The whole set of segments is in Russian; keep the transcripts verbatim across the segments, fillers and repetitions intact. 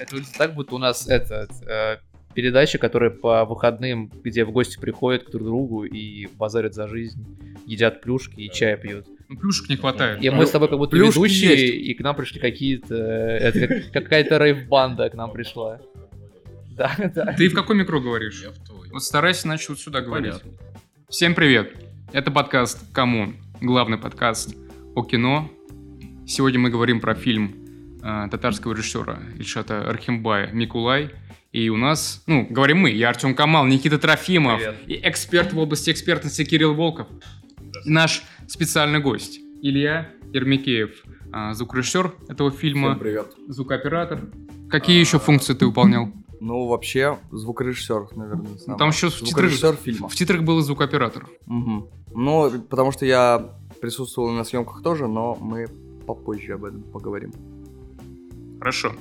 Это выглядит так, будто у нас это э, передача, которая по выходным, где в гости приходят друг к другу и базарят за жизнь, едят плюшки и чай пьют. Ну, плюшек не хватает. И мы с тобой как будто Плюшки ведущие, есть. и к нам пришли какие-то... Это как- какая-то рейв-банда к нам пришла. Да, да. Ты в какой микро говоришь? Я в твой. Вот старайся, иначе вот сюда говорить. Понятно. Всем привет. Это подкаст «Кому?». Главный подкаст о кино. Сегодня мы говорим про фильм э, татарского режиссера Ильшата Рахимбая «Микулай». И у нас, ну, говорим мы, я Артем Камал, Никита Трофимов Привет. и эксперт в области экспертности Кирилл Волков. И наш специальный гость Илья Ермекеев, э, звукорежиссер этого фильма, Всем привет. звукооператор. Какие еще функции ты выполнял? Ну, вообще, звукорежиссер, наверное. самый. Там еще в титрах, звукорежиссер фильма. в титрах был и звукооператор. Мгм. Ну, потому что я присутствовал на съемках тоже, но мы попозже об этом поговорим. Хорошо.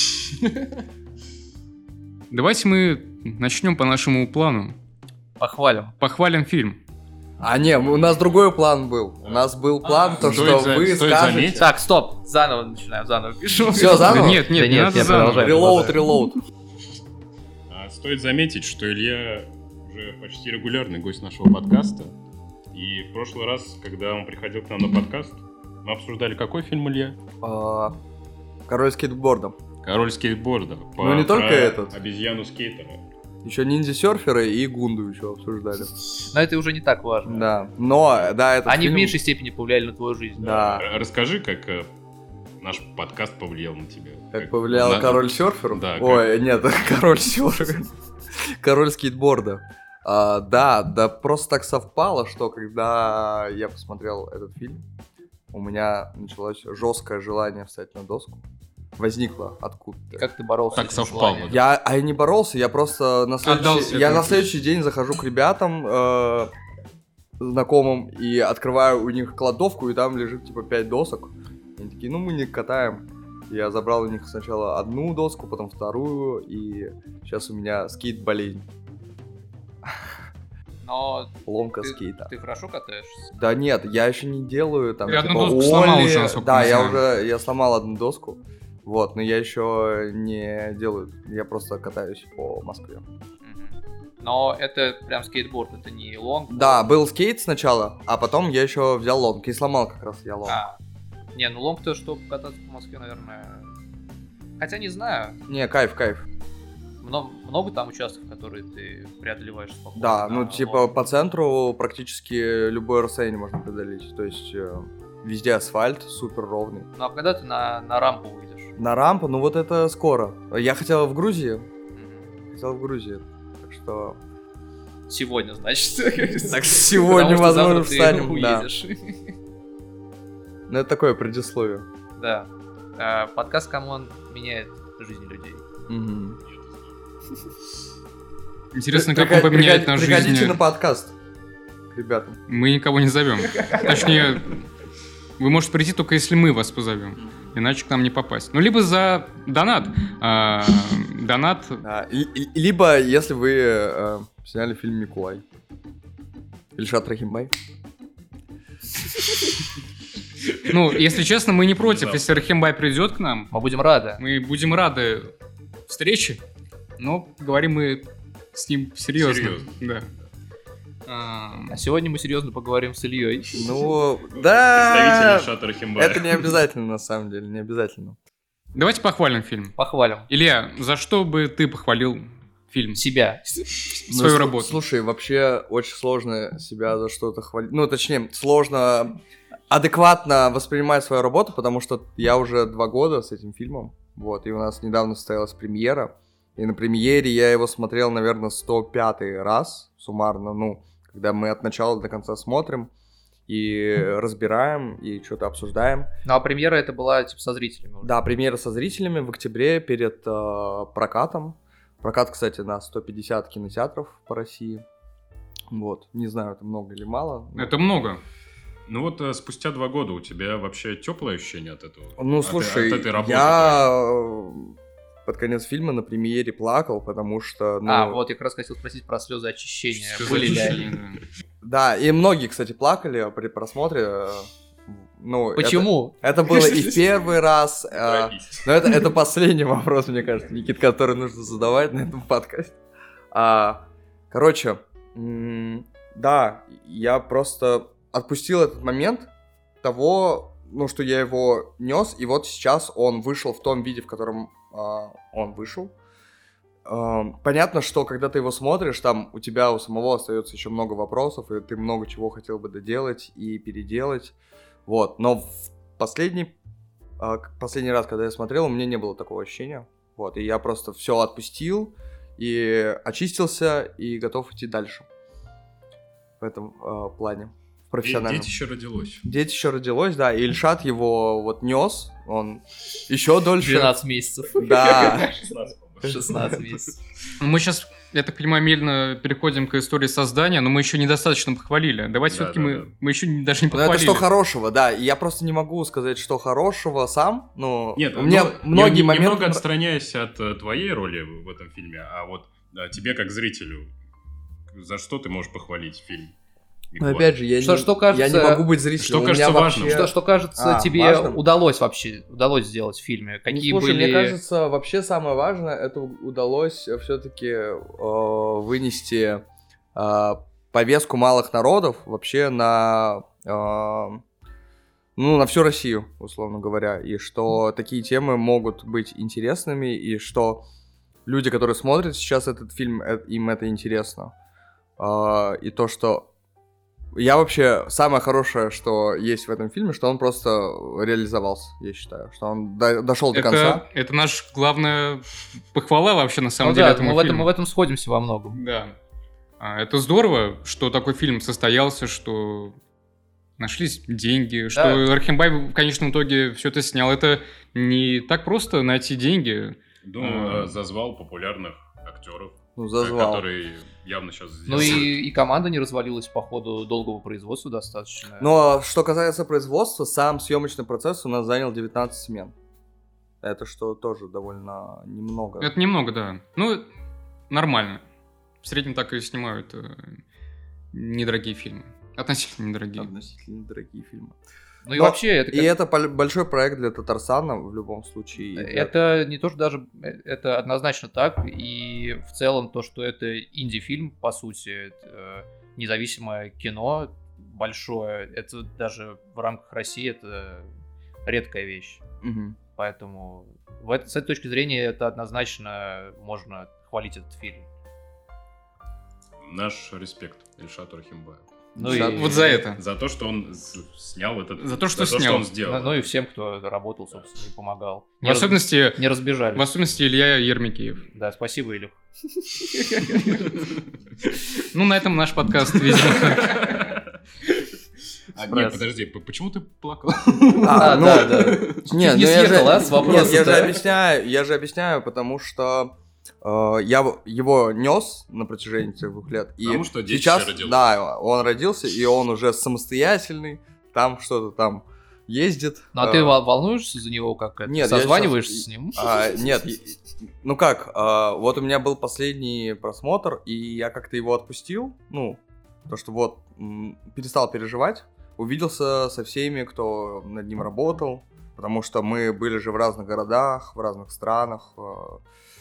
Давайте мы начнем по нашему плану. Похвалим. Похвалим фильм. А не, у нас другой план был. У нас был план, то, стоит что за- вы стоит скажете... заметить. Так, стоп, заново начинаем, заново пишу. Всё, заново? Да нет, нет, Да не нет, надо я заново. продолжаю. Релоуд, релоуд. А, Стоит заметить, что Илья уже почти регулярный гость нашего подкаста. И в прошлый раз, когда он приходил к нам на подкаст, мы обсуждали, какой фильм, Илья? А, Король скейтборда. «Король скейтборда». По- Ну, не только про этот. обезьяну-скейтера. Еще ниндзя-серферы и Гунду еще обсуждали. Но это уже не так важно. Да. Но, да, этот Они фильм... в меньшей степени повлияли на твою жизнь. Да. Р- Расскажи, как э, наш подкаст повлиял на тебя. Как повлиял на- король серферов? Да, как- Ой, нет, король серферов. Король скейтборда. А, да, да просто так совпало, что когда я посмотрел этот фильм, у меня началось жесткое желание встать на доску. Возникло откуда-то. Как ты боролся Так с этим совпало. желанием? Я, а я не боролся, я просто на следующий, Отдался я этому. на следующий день захожу к ребятам, э, знакомым, и открываю у них кладовку, и там лежит типа пять досок. Они такие, ну мы не катаем. Я забрал у них сначала одну доску, потом вторую, и сейчас у меня скейт-болезнь. Но Ломка ты, скейта. ты хорошо катаешься? Да нет, я еще не делаю там Ты одну типа, доску сломал оли. уже, насколько Да, мы я знаем. уже я сломал одну доску. Вот, но я еще не делаю. Я просто катаюсь по Москве. Мгм. Но это прям скейтборд, это не лонг. Да, был скейт сначала, а потом я еще взял лонг и сломал как раз я лонг. А. Не, ну лонг-то, чтобы кататься по Москве, наверное... Хотя не знаю. Не, кайф, кайф. Много, много там участков, которые ты преодолеваешь спокойно. Да, ну на типа лонг? по центру практически любое расстояние можно преодолеть. То есть э, везде асфальт супер ровный. Ну а когда ты на, на рампу выйдешь? На рампу, ну вот это скоро. Я хотел в Грузии, Мгм. хотел в Грузии. Так что Сегодня, значит. Так сегодня, Потому что возможно, завтра ты встанем, да. уедешь. Ну это такое предисловие. Да. А, Подкаст «Камон» меняет жизнь людей. Мгм. Интересно, При- как он приход- поменяет приход- нашу Приходите жизнь. на подкаст, ребята. Мы никого не зовем. Точнее, вы можете прийти только если мы вас позовем. Иначе к нам не попасть. Ну, либо за донат. А, донат... А, и- и- Либо если вы э, сняли фильм «Микулай». Ильшат Рахимбай. Ну, если честно, мы не против. Да. Если Рахимбай придет к нам, Мы будем рады. мы будем рады встрече. Но говорим мы с ним серьезно. Серьезно. Да. А, А сегодня мы серьезно поговорим с Ильей. Ну, да. Представитель Ильшата Рахимбая. Это не обязательно, на самом деле, не обязательно. Давайте похвалим фильм. Похвалим Илья, за что бы ты похвалил фильм? себя. Свою Ну, работу. Слушай, вообще очень сложно себя за что-то хвалить. Ну, точнее, сложно адекватно воспринимать свою работу, потому что я уже два года с этим фильмом. Вот, и у нас недавно состоялась премьера. И на премьере я его смотрел, наверное, сто пятый раз суммарно. Ну, когда мы от начала до конца смотрим и разбираем, и что-то обсуждаем. Ну а премьера это была типа со зрителями уже. Да, премьера со зрителями в октябре перед э, прокатом. Прокат, кстати, на сто пятьдесят кинотеатров по России. Вот, не знаю, это много или мало. но- Это много. Ну вот э, спустя два года у тебя вообще теплое ощущение от этого? Ну, От- слушай, от этой работы я э, под конец фильма на премьере плакал, потому что... Ну, А, вот я как раз хотел спросить про слезы очищения. Слезы Были ли очищения, они? да. Да, и многие, кстати, плакали при просмотре. э, Ну, Почему? Это, это было и в первый раз, а, но это, это последний вопрос, мне кажется, Никит, который нужно задавать на этом подкасте. А, короче, м- да, я просто отпустил этот момент того, ну, что я его нес, и вот сейчас он вышел в том виде, в котором а, он вышел. А, понятно, что когда ты его смотришь, там у тебя у самого остается еще много вопросов, и ты много чего хотел бы доделать и переделать. Вот, но в последний, а, последний раз, когда я смотрел, у меня не было такого ощущения. Вот, и я просто все отпустил, и очистился, и готов идти дальше. В этом а, плане. Профессионально. Дети еще родилось. Дети еще родилось, да, и Ильшат его вот нес, он еще дольше... двенадцать месяцев. Да. шестнадцать, по-моему. шестнадцать месяцев. Мы сейчас, я так понимаю, медленно переходим к истории создания, но мы еще недостаточно похвалили. Давайте Да, все-таки да, мы, да. мы еще даже не Ну, это похвалили. что хорошего, да, и я просто не могу сказать, что хорошего сам, ну, Нет, у меня ну, многие нем- моменты... Немного отстраняясь от э, твоей роли в этом фильме, а вот э, тебе как зрителю, за что ты можешь похвалить фильм? Но опять же, я, Что- не, что кажется- я не могу быть зрителем. Что у кажется меня важным? вообще- Что, что кажется, А, тебе важным? удалось вообще удалось сделать в фильме? Ну, Какие слушай, были... мне кажется, вообще самое важное, это удалось все-таки вынести э, повестку малых народов вообще на, э, ну, на всю Россию, условно говоря, и что такие темы могут быть интересными, и что люди, которые смотрят сейчас этот фильм, э, им это интересно. Э, и то, что я вообще... Самое хорошее, что есть в этом фильме, что он просто реализовался, я считаю. Что он до- дошел до это, конца. это наша главная похвала вообще на самом Ну деле да, этому мы в, этом, фильму. мы в этом сходимся во многом. Да. А, это здорово, что такой фильм состоялся, что нашлись деньги, что Да. Архимбай в конечном итоге все это снял. Это не так просто найти деньги. Думаю, А. э, зазвал популярных актеров, Ну, э, зазвал. которые явно сейчас Ну сделают. и, и команда не развалилась по ходу долгого производства достаточно. Но что касается производства, сам съемочный процесс у нас занял девятнадцать смен. Это что тоже довольно немного. Это немного, да. Ну, нормально. В среднем так и снимают э, недорогие фильмы. Относительно недорогие. Относительно дорогие фильмы. Ну и Но- вообще, это, И это пол- большой проект для Татарстана в любом случае. и для- это не то, что даже... Это однозначно так. И в целом то, что это инди-фильм, по сути, это, э, независимое кино большое, это даже в рамках России это редкая вещь. Мгм. Поэтому в это- с этой точки зрения это однозначно можно хвалить этот фильм. Наш респект Ильшату Архимбаю. Ну Ильшат, и, Вот за это. За то, что он с- снял этот... За то, что снял. он Ну, сделал. ну и всем, кто работал, собственно, и помогал. В особенности, Не разбежали. в особенности Илья Ермикеев. Да, спасибо, Илюх. Ну, на этом наш подкаст, видимо. А, Спрасс. нет, подожди, п- почему ты плакал? А, А, ну, да, да. Нет, не ну я съехал, же, а, с вопроса, нет, я же да? объясняю, я же объясняю, потому что э, я в- его нес на протяжении этих двух лет. И Потому что детище сейчас, родилось. да, он родился, и он уже самостоятельный, там что-то там ездит. Ну, а Э, ты вол- волнуешься за него, как это? Нет, я Созваниваешься щас- с ним? а, нет, и- ну как, а, вот у меня был последний просмотр, и я как-то его отпустил, ну, то что вот м, перестал переживать, увиделся со всеми, кто над ним работал, потому что мы были же в разных городах, в разных странах. а,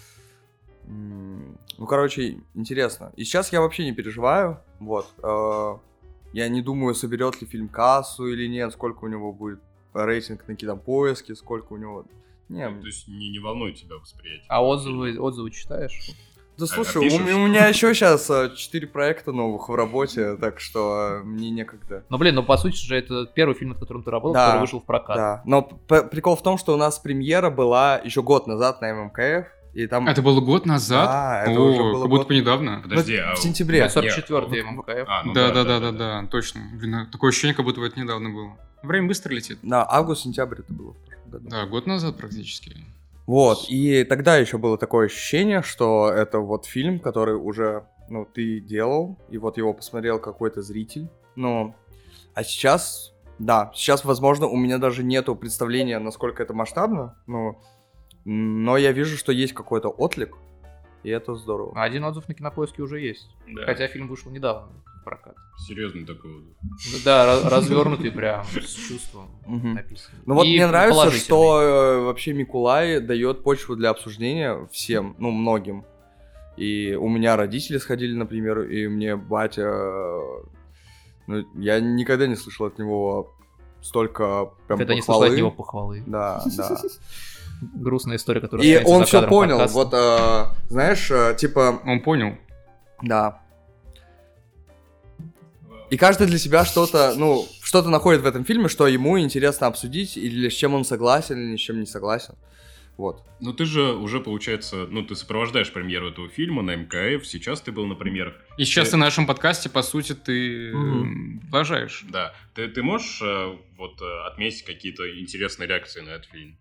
м, Ну, короче, интересно. И сейчас я вообще не переживаю, вот. а, Я не думаю, соберет ли фильм кассу или нет, сколько у него будет рейтинг на Кинопоиске, сколько у него... Не, То есть не, не волнует тебя восприятие. А отзывы, отзывы читаешь? да а слушай, у, пишешь? м- у меня еще сейчас четыре проекта новых в работе, так что а, мне некогда. Ну, блин, ну, по сути же, это первый фильм, над которым ты работал, Да, который вышел в прокат. Да, но п- прикол в том, что у нас премьера была еще год назад на эм эм ка эф, и там... Это было год назад? Да, это О, уже было как будто год- бы недавно. Подожди, Ну, а... в сентябре. сорок четвёртый Нет, ММКФ. А, ну да, да, да, да, да, точно. Блин, а такое ощущение, как будто бы это недавно было. Время быстро летит. На август-сентябрь это было в прошлом году. Да, год назад практически. Вот, и тогда еще было такое ощущение, что это вот фильм, который уже, ну, ты делал, и вот его посмотрел какой-то зритель, ну, а сейчас, да, сейчас, возможно, у меня даже нету представления, насколько это масштабно, ну, но я вижу, что есть какой-то отклик, и это здорово. А один отзыв на Кинопоиске уже есть. Да. Хотя фильм вышел недавно. прокат. Серьезный такой вот. Да, развернутый прям, с чувством написан. Ну вот И мне нравится, положительный. что э, вообще Микулай дает почву для обсуждения всем, ну, многим. И у меня родители сходили, например, и мне батя... э, Ну, я никогда не слышал от него столько прям Когда не похвалы. слышал от него похвалы. Да, да. Грустная история, которая И останется он за все кадром понял. подкаста. Вот, э, знаешь, э, типа... Он понял. Да. И каждый для себя что-то, ну, что-то находит в этом фильме, что ему интересно обсудить, или с чем он согласен, или с чем не согласен. Вот. Ну ты же уже, получается, ну ты сопровождаешь премьеру этого фильма на эм ка эф, сейчас ты был на премьерах. И сейчас Ты- ты на нашем подкасте, по сути, ты Мгм. продолжаешь. Да. Ты, ты можешь э, вот э, отметить какие-то интересные реакции на этот фильм?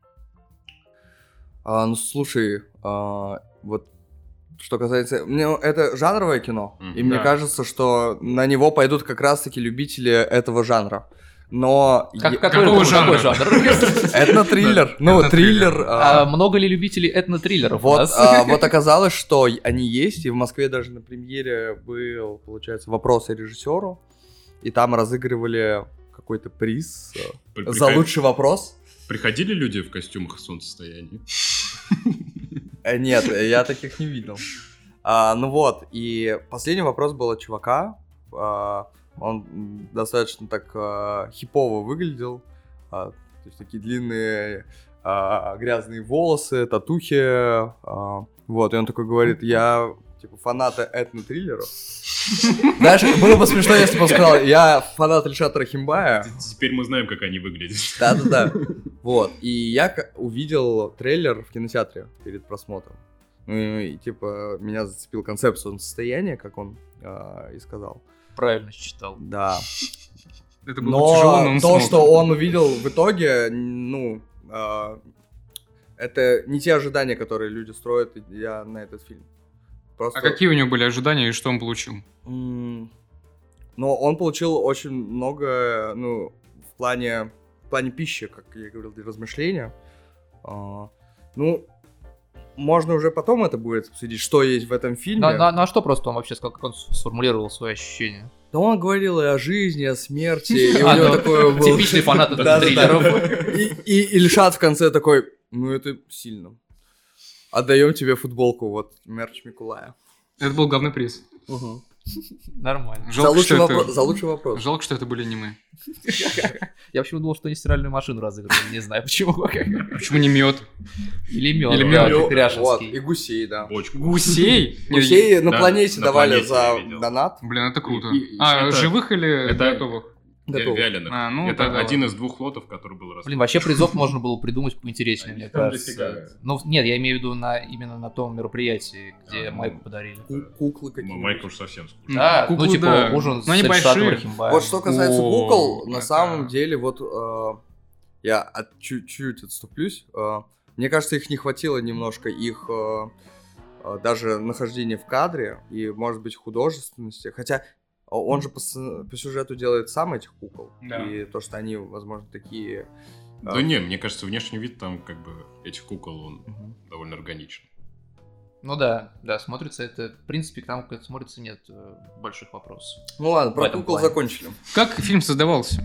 А, ну, слушай, а, вот что касается... Мне, это жанровое кино, Мгм. и мне Да. кажется, что на него пойдут как раз-таки любители этого жанра. Но... Как, е- какой, Какого какой жанра? жанр? Этно-триллер. Ну, Этно-триллер. триллер... А а, много ли любителей этно-триллеров у Вот, нас? а, вот оказалось, что они есть, и в Москве даже на премьере был, получается, вопрос о режиссеру, и там разыгрывали какой-то приз э, При- за приход- лучший вопрос. Приходили люди в костюмах солнцестояния? Э, Нет, я таких не видел. А, ну вот, и последний вопрос был от чувака. А, он м, достаточно так а, хипово выглядел. А, то есть такие длинные а, грязные волосы, татухи. а, вот, и он такой говорит, я типа фанат этно-триллеров. Знаешь, было бы смешно, если бы он сказал, я фанат Ильшата Рахимбая. Т- Теперь мы знаем, как они выглядят. Да-да-да. Вот. И я к- увидел трейлер в кинотеатре перед просмотром. Ну и, типа, меня зацепил концепт солнцестояния, как он а, и сказал. Правильно считал. Да. Это было тяжело, но Но он то, смог. что он увидел в итоге, ну, а, это не те ожидания, которые люди строят я на этот фильм. Просто... А какие у него были ожидания и что он получил? М, Но он получил очень много, ну, в плане, в плане пищи, как я говорил, для размышления. А, Ну, можно уже потом это будет обсудить, что есть в этом фильме. На, на- на что просто он вообще сказал, как он сформулировал свои ощущения? Да он говорил и о жизни, о смерти, и у А, него ну, такое было... Типичный фанат Да-да-да. триллеров. И, и Ильшат в конце такой, ну это сильно. Отдаем тебе футболку, вот, мерч Микулая. Это был главный приз. Нормально. За Жалко, лучший, что это... вопро- за лучший вопрос. Жалко, что это были не мы. Я почему думал, что они стиральную машину разыгрывали, не знаю почему. Почему не мед? Или мед, Или да, мёд. как Вот, Ряшинский. и гусей, да. Бочку. Гусей? Гусей на Да, планете на давали планете я за видел. донат. Блин, это круто. И- и- А, это- живых или это- готовых? Вя- Готов. Вяленых. А, ну, Это тогда один ладно. из двух лотов, который был раскрыт. Блин, вообще призов можно было придумать поинтереснее, Они мне там кажется. дофига. Ну, нет, я имею в виду на, именно на том мероприятии, где А, ну. майку подарили. Ку- Куклы М- какие-то. Майк уж совсем скучный. Да, куклы, ну типа да. ужин с Но они Ильшатом большие. Рахимбаем. Вот что касается О, кукол, на это- самом деле, вот э, я от- чуть-чуть отступлюсь. э, Мне кажется, их не хватило немножко, их э, э, даже нахождения в кадре и, может быть, художественности. Хотя он же по, с- по сюжету делает сам этих кукол. Да. И то, что они, возможно, такие... Да э, не, мне кажется, внешний вид там как бы этих кукол, он мгм. довольно органичен. Ну да, да, смотрится это, в принципе, к тому, как это смотрится, нет э, больших вопросов. Ну ладно, В про этом кукол плане. закончили. Как фильм создавался?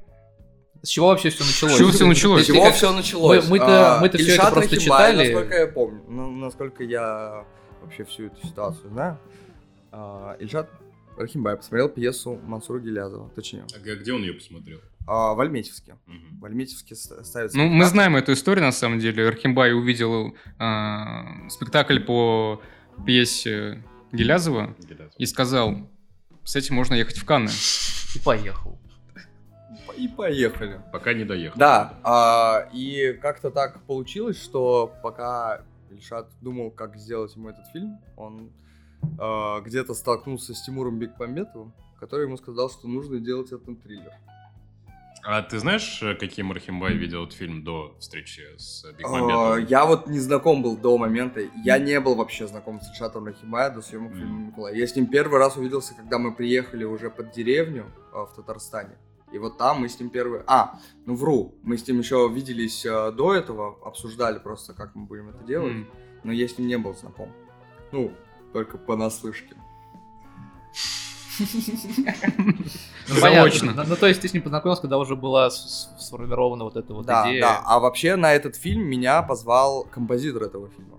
С чего вообще все началось? С чего всё началось? С Ты чего как- все началось? Мы- мы-то- А, мы-то всё это Ильшат просто Рахимбай, читали. Насколько я помню, ну, насколько я вообще всю эту ситуацию знаю, а, Ильшат Рахимбай посмотрел пьесу Мансура Гилязова, точнее, А г- где он ее посмотрел? а, в Альметьевске. Мгм. В Альметьевске ст- ставится... Ну, мы спектакль. знаем эту историю, на самом деле. Архимбай увидел а, спектакль по пьесе Гилязова Гилязов. и сказал, с этим можно ехать в Канны. И поехал. И поехали. Пока не доехал. Да, а, и как-то так получилось, что пока Ильшат думал, как сделать ему этот фильм, он а, где-то столкнулся с Тимуром Бекмамбетовым, который ему сказал, что нужно делать этот триллер. А ты знаешь, каким Архимбай видел этот фильм до встречи с А, Бекмамбетовым? Я вот не знаком был до момента, я не был вообще знаком с Ильшатом Рахимбая до съемок Мгм. фильма «Микулай». Я с ним первый раз увиделся, когда мы приехали уже под деревню а, в Татарстане. И вот там мы с ним первый... А, ну вру, мы с ним еще виделись а, до этого, обсуждали просто, как мы будем это делать, М. но я с ним не был знаком. Ну, только понаслышке. Ну, понятно. Ну, то есть ты с ним познакомился, когда уже была сформирована вот эта вот идея. Да, да. А вообще на этот фильм меня позвал композитор этого фильма.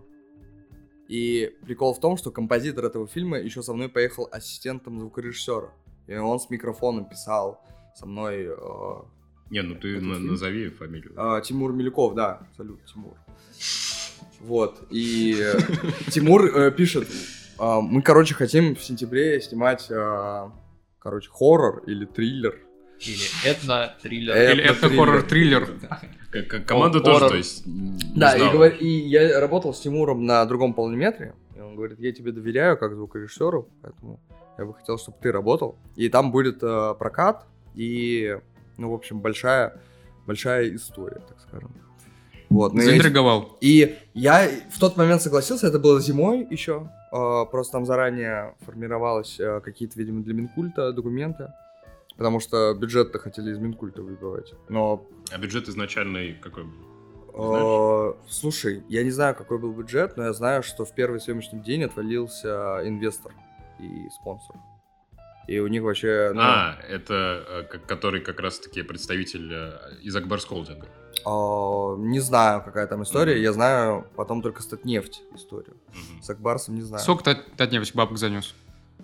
И прикол в том, что композитор этого фильма еще со мной поехал ассистентом звукорежиссера. И он с микрофоном писал со мной... Э, Не, ну ты на- назови фамилию. Э, Тимур Милюков, да, абсолютно, Тимур. Вот, и э, Тимур э, пишет, э, мы, короче, хотим в сентябре снимать, э, короче, хоррор или триллер. Или этно-триллер. Э, Или это хоррор-триллер. К- к- Команда О, тоже, хоррор. то есть, не Да, и, знала. говор- и я работал с Тимуром на другом полнометре, и он говорит, я тебе доверяю как звукорежиссеру, поэтому я бы хотел, чтобы ты работал. И там будет э, прокат и, ну, в общем, большая, большая история, так скажем. Вот, ну, я- Заинтриговал. И я в тот момент согласился, это было зимой еще, э, просто там заранее формировалось э, какие-то, видимо, для Минкульта документы, потому что бюджет-то хотели из Минкульта выбивать, но... А бюджет изначальный какой был? Э, слушай, я не знаю, какой был бюджет, но я знаю, что в первый съемочный день отвалился инвестор и спонсор. И у них вообще... Ну, А, это э, к- который как раз-таки представитель э, из Акбарс Холдинга. э, не знаю, какая там история, Мгм. я знаю потом только Статнефть историю. Мгм. С Акбарсом не знаю. Сколько Тат- Татнефть бабок занес?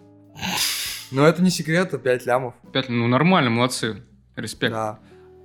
Но это не секрет, это пять лямов. Пять, ну нормально, молодцы. Респект. Да.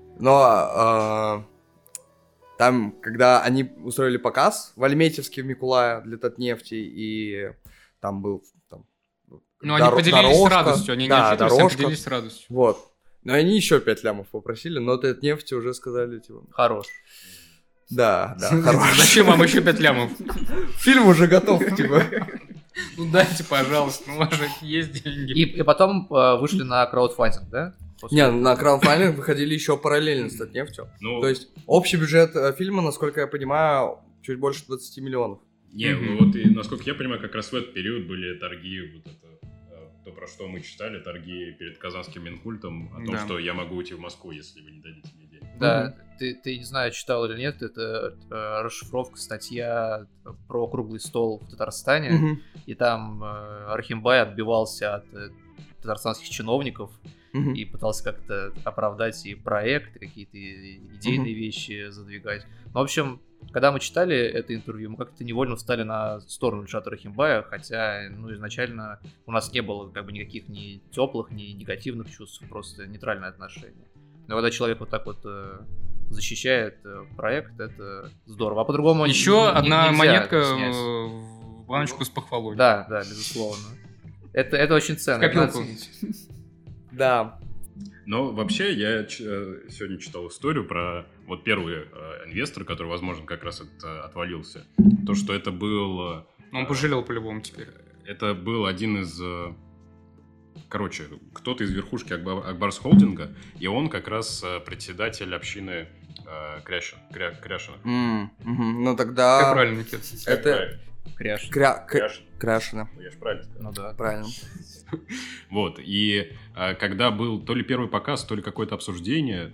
Но э, там, когда они устроили показ в Альметьевске в Микулая для Татнефти, и там был... Там, Ну, они дор- поделились с дорожка. радостью, они Да, не отчитывались, они дорожка. поделились с радостью. Вот. Но они еще пять лямов попросили, но Татнефти уже сказали, типа... Хорош. Да, да, хорошо. Зачем вам еще пять лямов? Фильм уже готов, типа. Ну дайте, пожалуйста, ну у вас же есть деньги. И, и потом э, вышли на краудфандинг, да? После Не, этого? на краудфандинг выходили еще параллельно с Татнефтью. Ну, То есть общий бюджет э, фильма, насколько я понимаю, чуть больше двадцать миллионов. не, Мгм. ну вот и, насколько я понимаю, как раз в этот период были торги, вот это, э, то, про что мы читали, торги перед Казанским Минкультом, о том, Да. что я могу уйти в Москву, если вы не дадите мне денег. Да, ты, ты не знаю, читал или нет, это э, расшифровка, статья про круглый стол в Татарстане, Мгм. и там э, Архимбай отбивался от э, татарстанских чиновников Мгм. и пытался как-то оправдать и проект, и какие-то и- идейные вещи задвигать. Ну, в общем, когда мы читали это интервью, мы как-то невольно встали на сторону Ильшата Рахимбая, хотя, ну, изначально у нас не было как бы никаких ни теплых, ни негативных чувств, просто нейтральное отношение. Но когда человек вот так вот э, защищает э, проект, это здорово. А по-другому Еще не- одна нельзя монетка снять. э, в баночку с похвалой. Да, да, безусловно. Это, это очень ценно. это надо Копилку. ценить. Да. Но вообще я ч- э, сегодня читал историю про вот первый э, инвестор, который, возможно, как раз от- отвалился. То, что это был... э, Но он пожалел по-любому теперь. Это был один из... э, Короче, кто-то из верхушки Акба- Акбарс Холдинга, и он как раз э, председатель общины э, Кряшин, Кря- Кряшина. М, мгм. Ну Как тогда... правильно, Никит? Это Правильно. Кряж. кря... к- Кряшин. Кряшина. Ну, я же правильно сказал. Ну да. Правильно. Вот, и э, когда был то ли первый показ, то ли какое-то обсуждение,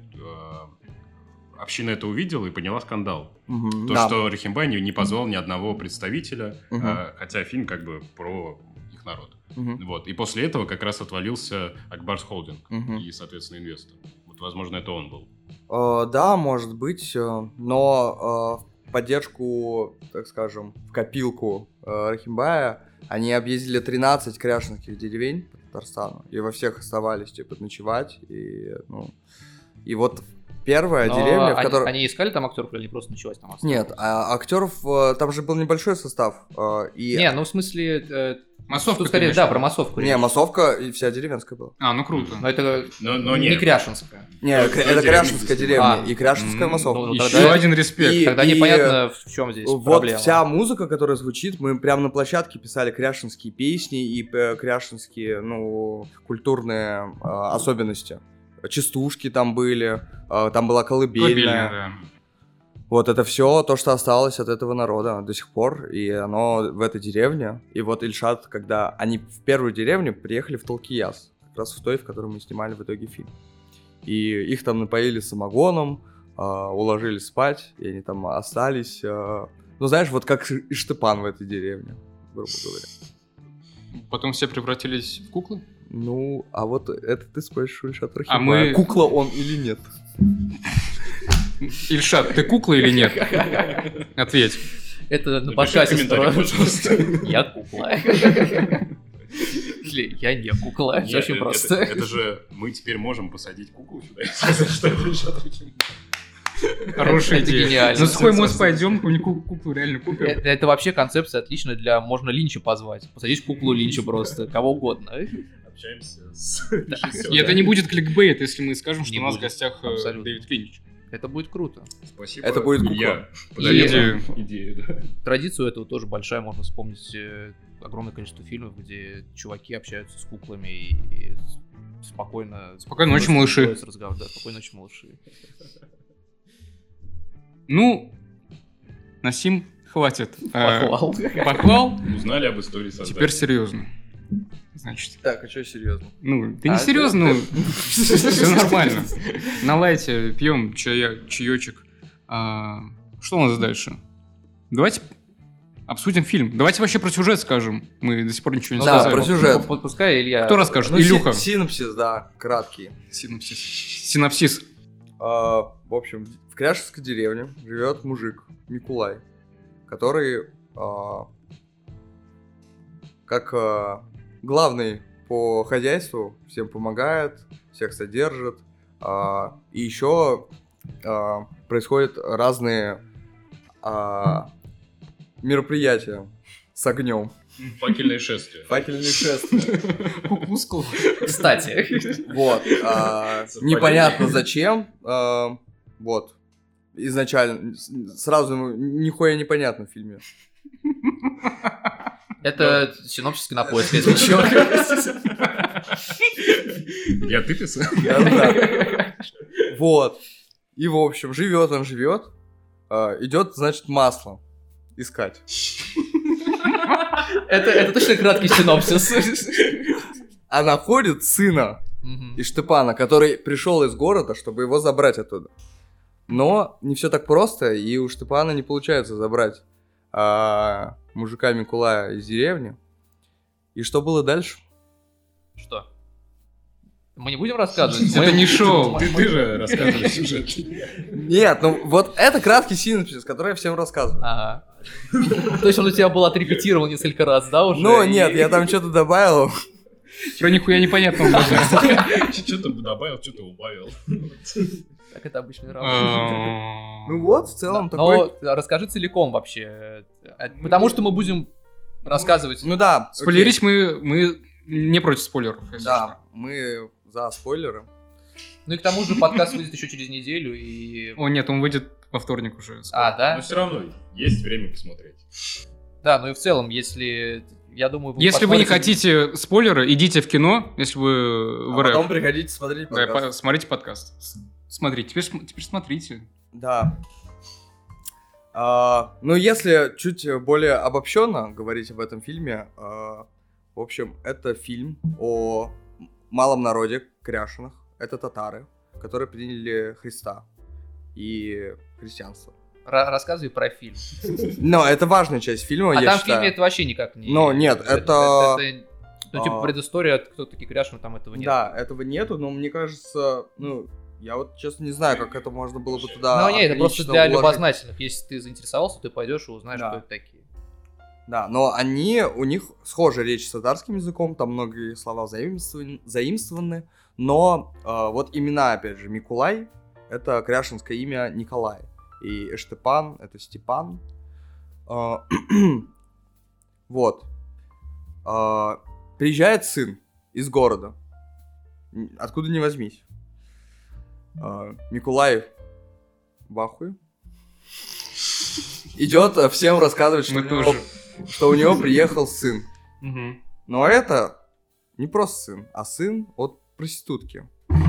э, община это увидела и поняла скандал. Мгм. То, Да. что Рахимбай не, не позвал ни одного представителя, Мгм. э, хотя фильм как бы про их народ. Мгм. Вот, и после этого как раз отвалился Акбарс Холдинг Мгм. и, соответственно, инвестор. Вот, возможно, это он был. Э, да, может быть, э, но э, в поддержку, так скажем, в копилку э, Рахимбая они объездили тринадцать кряшинских деревень по Татарстану, и во всех оставались, типа, ночевать, и, ну, и вот первая Но деревня, в они, которой... они искали там актеров или они просто ночевать там остались? Нет, а актеров, э, там же был небольшой состав, э, и... Не, ну в смысле... э, Массовка, тут скорее, конечно. да, про массовку. Не, речь. массовка и вся деревенская была. А, ну круто. Но это Но, но не нет. Кряшинская. Не, Ну, кря- две это деревни кряшинская здесь. деревня А, и кряшинская м, массовка. ну, Еще тогда- один респект. И- Тогда непонятно, в чем здесь Вот проблема. вся музыка, которая звучит, мы прямо на площадке писали кряшинские песни и э, кряшинские, ну, культурные э, особенности. Частушки там были, э, там была колыбельная. Колыбельная, да. Вот это все то, что осталось от этого народа до сих пор, и оно в этой деревне. И вот Ильшат, когда они в первую деревню приехали в Талкияс, как раз в той, в которой мы снимали в итоге фильм. И их там напоили самогоном, э, уложили спать, и они там остались. э, ну, знаешь, вот как Иштепан в этой деревне, грубо говоря. Потом все превратились в куклы? Ну, а вот это ты спрашиваешь от Рахима. А мы- Кукла он или нет? Ильшат, ты кукла или нет? Ответь. Это на Напиши подкасте комментарий, строим. пожалуйста. Я кукла. Или я не кукла. Все Нет, очень это- просто. Это, это же мы теперь можем посадить куклу сюда. Если что, это еще таким. Хорошая Это идея. гениально. На сухой мост пойдем, ку- куклу реально Это, купим. это вообще концепция отличная для... Можно Линча позвать. Посадить куклу Линча просто. Кого угодно. Общаемся с режиссером. И это не будет кликбейт, если мы скажем, что Не у нас в будет. гостях э, Абсолютно. Дэвид Линч. Это будет круто. Спасибо. Это будет кукла. Я И- подарил Идею. вам идею, да. Традицию этого тоже большая. Можно вспомнить э, огромное количество фильмов, где чуваки общаются с куклами и, и с- спокойно... Спокойной ночи, малыши. строятся разговор. Да, спокойной ночи, малыши. Ну, Насим, хватит. Э, Похвал. Похвал. Узнали об истории создателя. Теперь серьезно. Значит, Так, а что серьезно? ну, ты А, не да, серьезно, ну, все нормально. Налайте, пьем чая, чаечек. А, что у нас дальше? Давайте обсудим фильм. Давайте вообще про сюжет скажем. Мы до сих пор ничего не Да, сказали. про сюжет. П- Пускай Илья... Кто расскажет? Ну, Илюха. си- синопсис, да, краткий. Синопсис. Синопсис. А, в общем, в Кряшевской деревне живет мужик Микулай, который а, как а, главный по хозяйству всем помогает, всех содержит. А, и еще а, происходят разные а, мероприятия с огнем. Факельное шествие. Факельные шествия. Кукускул. Кстати. Вот. а, Совпадение. непонятно зачем. а, Вот. Изначально. с- Сразу ему нихуя непонятно в фильме. Это синопсис Кинопоиска, если чё. Я ты писал? Да-да. Вот. И, в общем, живет он, живет. а, Идет, значит, масло искать. Это это точно краткий синопсис. А находит сына Мгм. Иштепана, который пришел из города, чтобы его забрать оттуда. Но не все так просто, и у Штепана не получается забрать а, мужика Микулая из деревни. И что было дальше? Что? Мы не будем рассказывать? Это Мы- не шоу. Ты, ты же рассказываешь сюжет. Нет, ну вот это краткий синопсис, который я всем рассказываю. Ага. То есть он у тебя был отрепетирован несколько раз, да, уже? Ну, И- нет, я там что-то добавил. Про нихуя непонятно даже. Что-то добавил, что-то убавил. Так это обычно работает. Ну вот, в целом Да, такой... Но расскажи целиком вообще. Э, Потому что мы будем рассказывать. Ну да. окей. Спойлерить мы, мы не против спойлеров, если Да, мы за спойлеры. Ну и к тому же подкаст выйдет еще через неделю и... что. О, нет, он выйдет во вторник уже. скоро. А, да? Но все равно есть время посмотреть. Да, ну и в целом, если... Я думаю, Если вы не посмотрите- хотите спойлеры, идите в кино, если вы в А РФ. потом приходите смотреть Да, подкаст. по- смотрите подкаст. С- Смотрите, теперь, см- теперь смотрите. Да. А, ну, если чуть более обобщенно говорить об этом фильме, а, в общем, это фильм о малом народе Кряшиных. Это татары, которые приняли Христа и христианство. Ра- Рассказывай про фильм. Но это важная часть фильма, А я там в считаю. фильме это вообще никак не... Но нет, это- это- Ну, типа, а, предыстория, кто такие Кряшины, там этого нет. Да, этого нету, но мне кажется, ну, я вот честно не знаю, как это можно было бы туда Ну, нет, это просто органично для уложить. любознательных. Если ты заинтересовался, ты пойдешь и узнаешь, Да. кто это такие. Да, но они, у них схожая речь с татарским языком, там многие слова заимствованы, заимствованы, но э, вот имена, опять же, Микулай, это кряшинское имя Николай, и Эштепан, это Степан. Э, вот. Э, приезжает сын из города, Н- откуда ни возьмись. Э, Микулай в ахуе. Идет э, всем рассказывать, что Мы у него- тоже. что у него приехал сын. Мгм. Но это не просто сын, а сын от проститутки.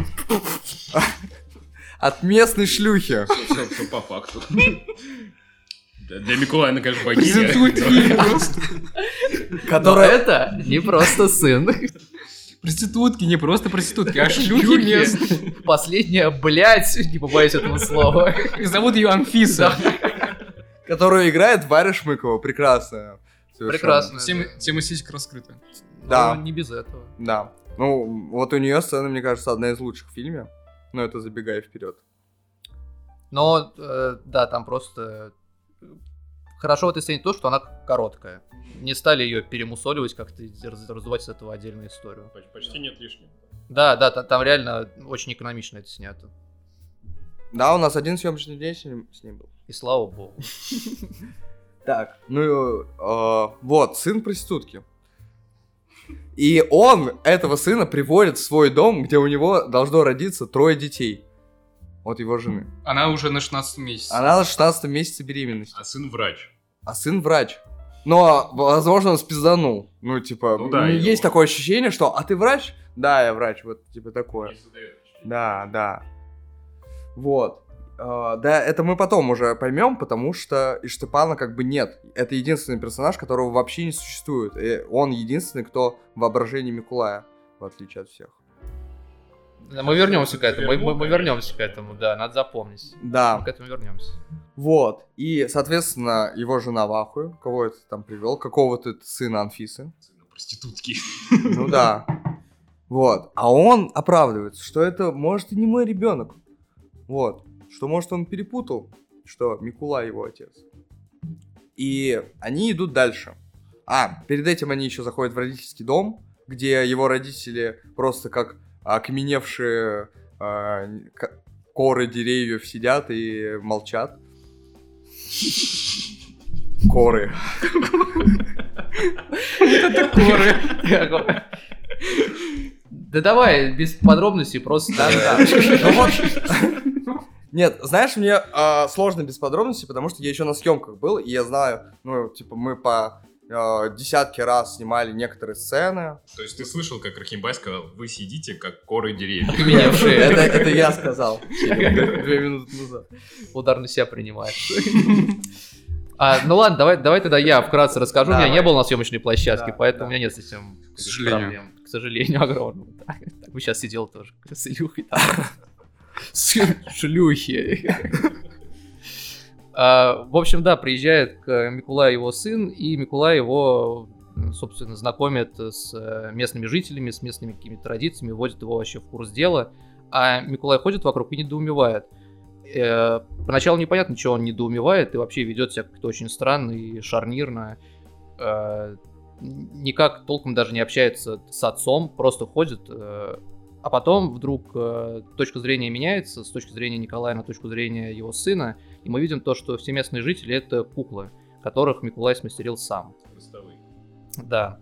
От местной шлюхи. Все, все по факту. Да, для Миколая, она, конечно, Презентует богиня. фильм просто. Но Которая... это не просто сын. Проститутки, не просто проститутки, а шлюхи местные. Последняя, блядь, не побоюсь этого слова. И зовут ее Анфиса. Которую играет Варя Шмыкова. Прекрасная. Совершенно. Прекрасно. Тема тема сиськ раскрыта. Да. Но не без этого. Да. Ну, вот у нее сцена, мне кажется, одна из лучших в фильме. Но это забегая вперед. Но, э, да, там просто... Хорошо в этой сцене то, что она короткая. Не стали ее перемусоливать, как-то раз- раздувать с этого отдельную историю. Поч- Почти нет лишнего. Да, да, та- там реально очень экономично это снято. Да, у нас один съемочный день с ним, с ним был. И слава богу. Так, ну, э, вот, сын проститутки. И он этого сына приводит в свой дом, где у него должно родиться трое детей. От его жены. Она уже на шестнадцатом месяце. Она на шестнадцатом месяце беременности. А сын врач. А сын врач. Но, возможно, он спизданул. Ну, типа, Ну да, есть его. такое ощущение, что «А ты врач?» Да, я врач, вот, типа, такое. Не создает впечатления. Да, да. Вот. Э, Да, это мы потом уже поймем, потому что Иштепана как бы нет. Это единственный персонаж, которого вообще не существует. И он единственный, кто в воображении Микулая, в отличие от всех. Мы вернемся к этому. Мы, мы- мы вернемся к этому, да, надо запомнить. Мы Да, к этому вернемся. вот. И, соответственно, его жена в ахуе. Кого это там привел? Какого-то сына Анфисы. Сына проститутки. Ну да. Вот. А он оправдывается, что это, может, и не мой ребенок. Вот. Что, может, он перепутал, что Микулай его отец. И они идут дальше. А, перед этим они еще заходят в родительский дом, где его родители просто как окаменевшие а, к- коры деревьев сидят и молчат. Коры. Да давай, без подробностей, просто... Да-да. Ну вот. Нет, знаешь, мне а, сложно без подробностей, потому что я еще на съемках был, и я знаю, ну, типа, мы по а, десятки раз снимали некоторые сцены. То есть ты слышал, как Рахимбай сказал, вы сидите, как коры деревьев. Окаменевшие. Это, это я сказал. Две минуты назад. Удар на себя принимает. А, ну ладно, давай, давай тогда я вкратце расскажу. У меня Давай. не было на съемочной площадке, Да, поэтому да. у меня нет с этим К сожалению. проблем. К сожалению, огромного. Так, так бы сейчас сидел тоже с Илюхой там. Сын шлюхи. А, В общем, да, приезжает к Микулаю его сын, и Микулай его, собственно, знакомит с э, местными жителями, с местными какими-то традициями, вводит его вообще в курс дела. А Микулай ходит вокруг и недоумевает. Э, Поначалу непонятно, чего он недоумевает, и вообще ведет себя как-то очень странно и шарнирно. Э, Никак толком даже не общается с отцом, просто ходит. э, А потом вдруг э, точка зрения меняется с точки зрения Николая на точку зрения его сына, и мы видим то, что все местные жители — это куклы, которых Микулай смастерил сам. Ростовые. Да.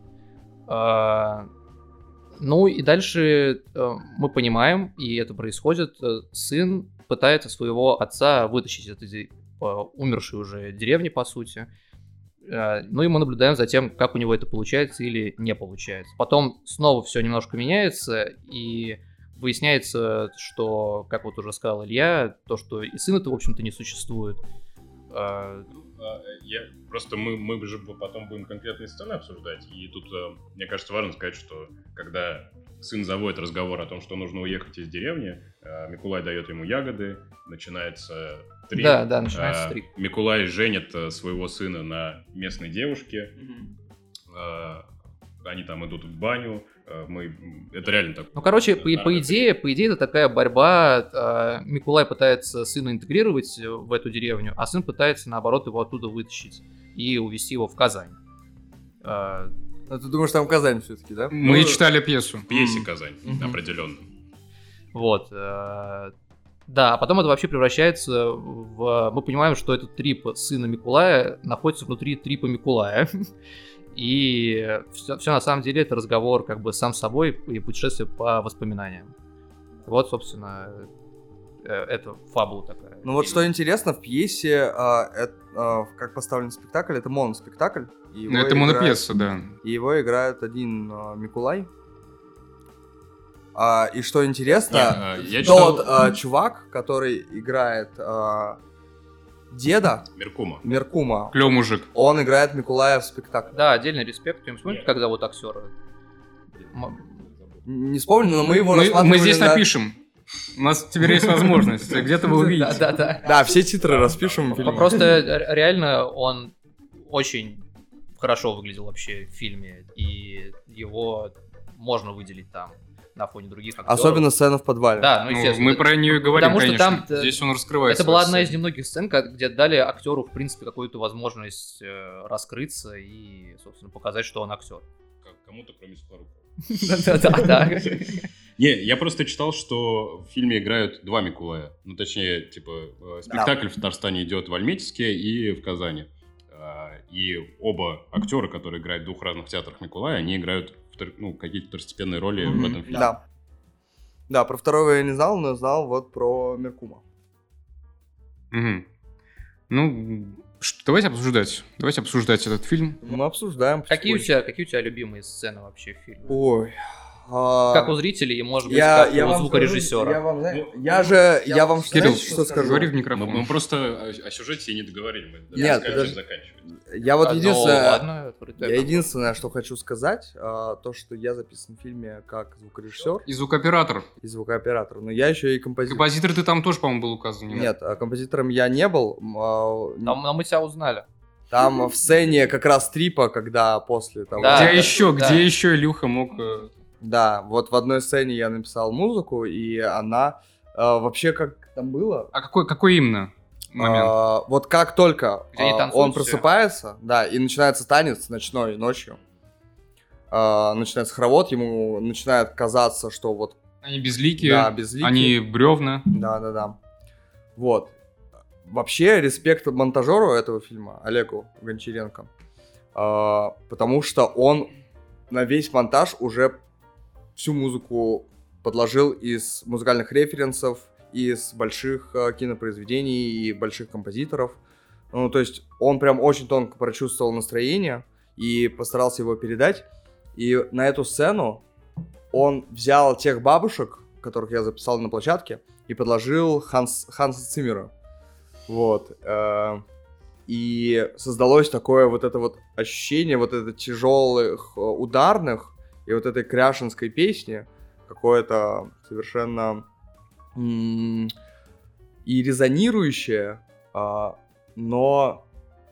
А, Ну и дальше э, мы понимаем, и это происходит, э, сын пытается своего отца вытащить из этой э, умершей уже деревни, по сути. Э, Ну и мы наблюдаем за тем, как у него это получается или не получается. Потом снова все немножко меняется, и выясняется, что, как вот уже сказал Илья, то, что и сына-то, в общем-то, не существует. Э, А, Я, просто мы, мы же потом будем конкретные сцены обсуждать, и тут, э, мне кажется, важно сказать, что когда сын заводит разговор о том, что нужно уехать из деревни, э, Микулай дает ему ягоды, начинается трик. Да, да, начинается Э, трик. Микулай женит э, своего сына на местной девушке, э, они там идут в баню, э, мы, это реально так. Ну, короче, по, Да, по это- идее, по идее, это такая борьба. э, Микулай пытается сына интегрировать в эту деревню, а сын пытается, наоборот, его оттуда вытащить и увезти его в Казань. Э, Ну, ты думаешь, там Казань все-таки, да? Мы Ну, читали пьесу. В пьесе «Казань», Мгм. определенно. Вот. э, Да, а потом это вообще превращается в... Мы понимаем, что этот трип сына Микулая находится внутри трипа Микулая. И все, все на самом деле это разговор как бы сам с собой и путешествие по воспоминаниям. Вот, собственно, э, это фабула такая. Ну вот что интересно, в пьесе, а, эт- а, как поставлен спектакль, это моноспектакль. и его Ну, это играет- монопьеса, да. И его играет один а, Микулай. А, и что интересно, Не, а, я читал- тот а, чувак, который играет а, деда Меркума. Меркума, Клёв мужик. он играет Микулая в спектакле. Да, отдельный респект. Ты вспомните, Нет. как зовут актера? М- Н- Не вспомню, но мы его Мы, мы рассматривали здесь на- напишем. У нас теперь есть возможность. Где-то вы увидите. Да, да, да. Да, все титры распишем. в фильме. Просто ре- реально он очень хорошо выглядел вообще в фильме. И его можно выделить там на фоне других актеров. Особенно сцена в подвале. Да, ну, Ну, естественно. мы про нее и говорим, Потому что конечно. там, Здесь он раскрывается. Это была одна из немногих сцен, ка- где дали актеру, в принципе, какую-то возможность э, раскрыться и, собственно, показать, что он актер. Как кому-то, кроме Сухорукова. Да-да-да. Не, я просто читал, что в фильме играют два Микулая. Ну, точнее, типа, э, спектакль в Татарстане идет в Альметьевске и в Казани. А, И оба актера, которые играют в двух разных театрах Микулая, они играют втор- ну, какие-то второстепенные роли в этом фильме. Да. Да, про второго я не знал, но знал вот про Меркума. Мгм. Ну, что, давайте обсуждать. Давайте обсуждать этот фильм. Мы обсуждаем. Какие у потихонечку. тебя, какие у тебя любимые сцены вообще в фильме? Ой. а, Как у зрителей и, может быть, я, как я у вам звукорежиссера. скажу, я, вам, знаю- Ну, я же, я вам Кирилл, знаете, что скажу? говори в Мы, микрофон. мы просто о, о сюжете не договорили. Мы Нет, скажем, подожди. заканчивать. Я вот А, ну, единственное, ладно, открытая я коробка. единственное, что хочу сказать, а, то, что я записан в фильме как звукорежиссер И звукооператор. и звукооператор, но я еще и композитор. Композитор ты там тоже, по-моему, был указан. не? Нет, а композитором я не был. м, а, Там, но мы тебя узнали. Там в сцене как раз трипа, когда после того... Да. Где еще, да. где еще Илюха мог... э, Да, вот в одной сцене я написал музыку, и она э, вообще как там было? А какой, какой именно момент? А, вот как только Где они а, танцуют он все? просыпается, да, и начинается танец ночной, ночью, а, начинается хоровод, ему начинает казаться, что вот, Они безликие, да, безликие. они бревна. Да, да, да. Вот. Вообще, респект монтажеру этого фильма, Олегу Гончаренко, а, потому что он на весь монтаж уже всю музыку подложил из музыкальных референсов, из больших э, кинопроизведений и больших композиторов. Ну, то есть он прям очень тонко прочувствовал настроение и постарался его передать. И на эту сцену он взял тех бабушек, которых я записал на площадке, и подложил Ханс, Ханса Циммера. Вот. э, И создалось такое вот это вот ощущение вот это тяжелых э, ударных и вот этой кряшинской песни, какое-то совершенно м- и резонирующее, а, но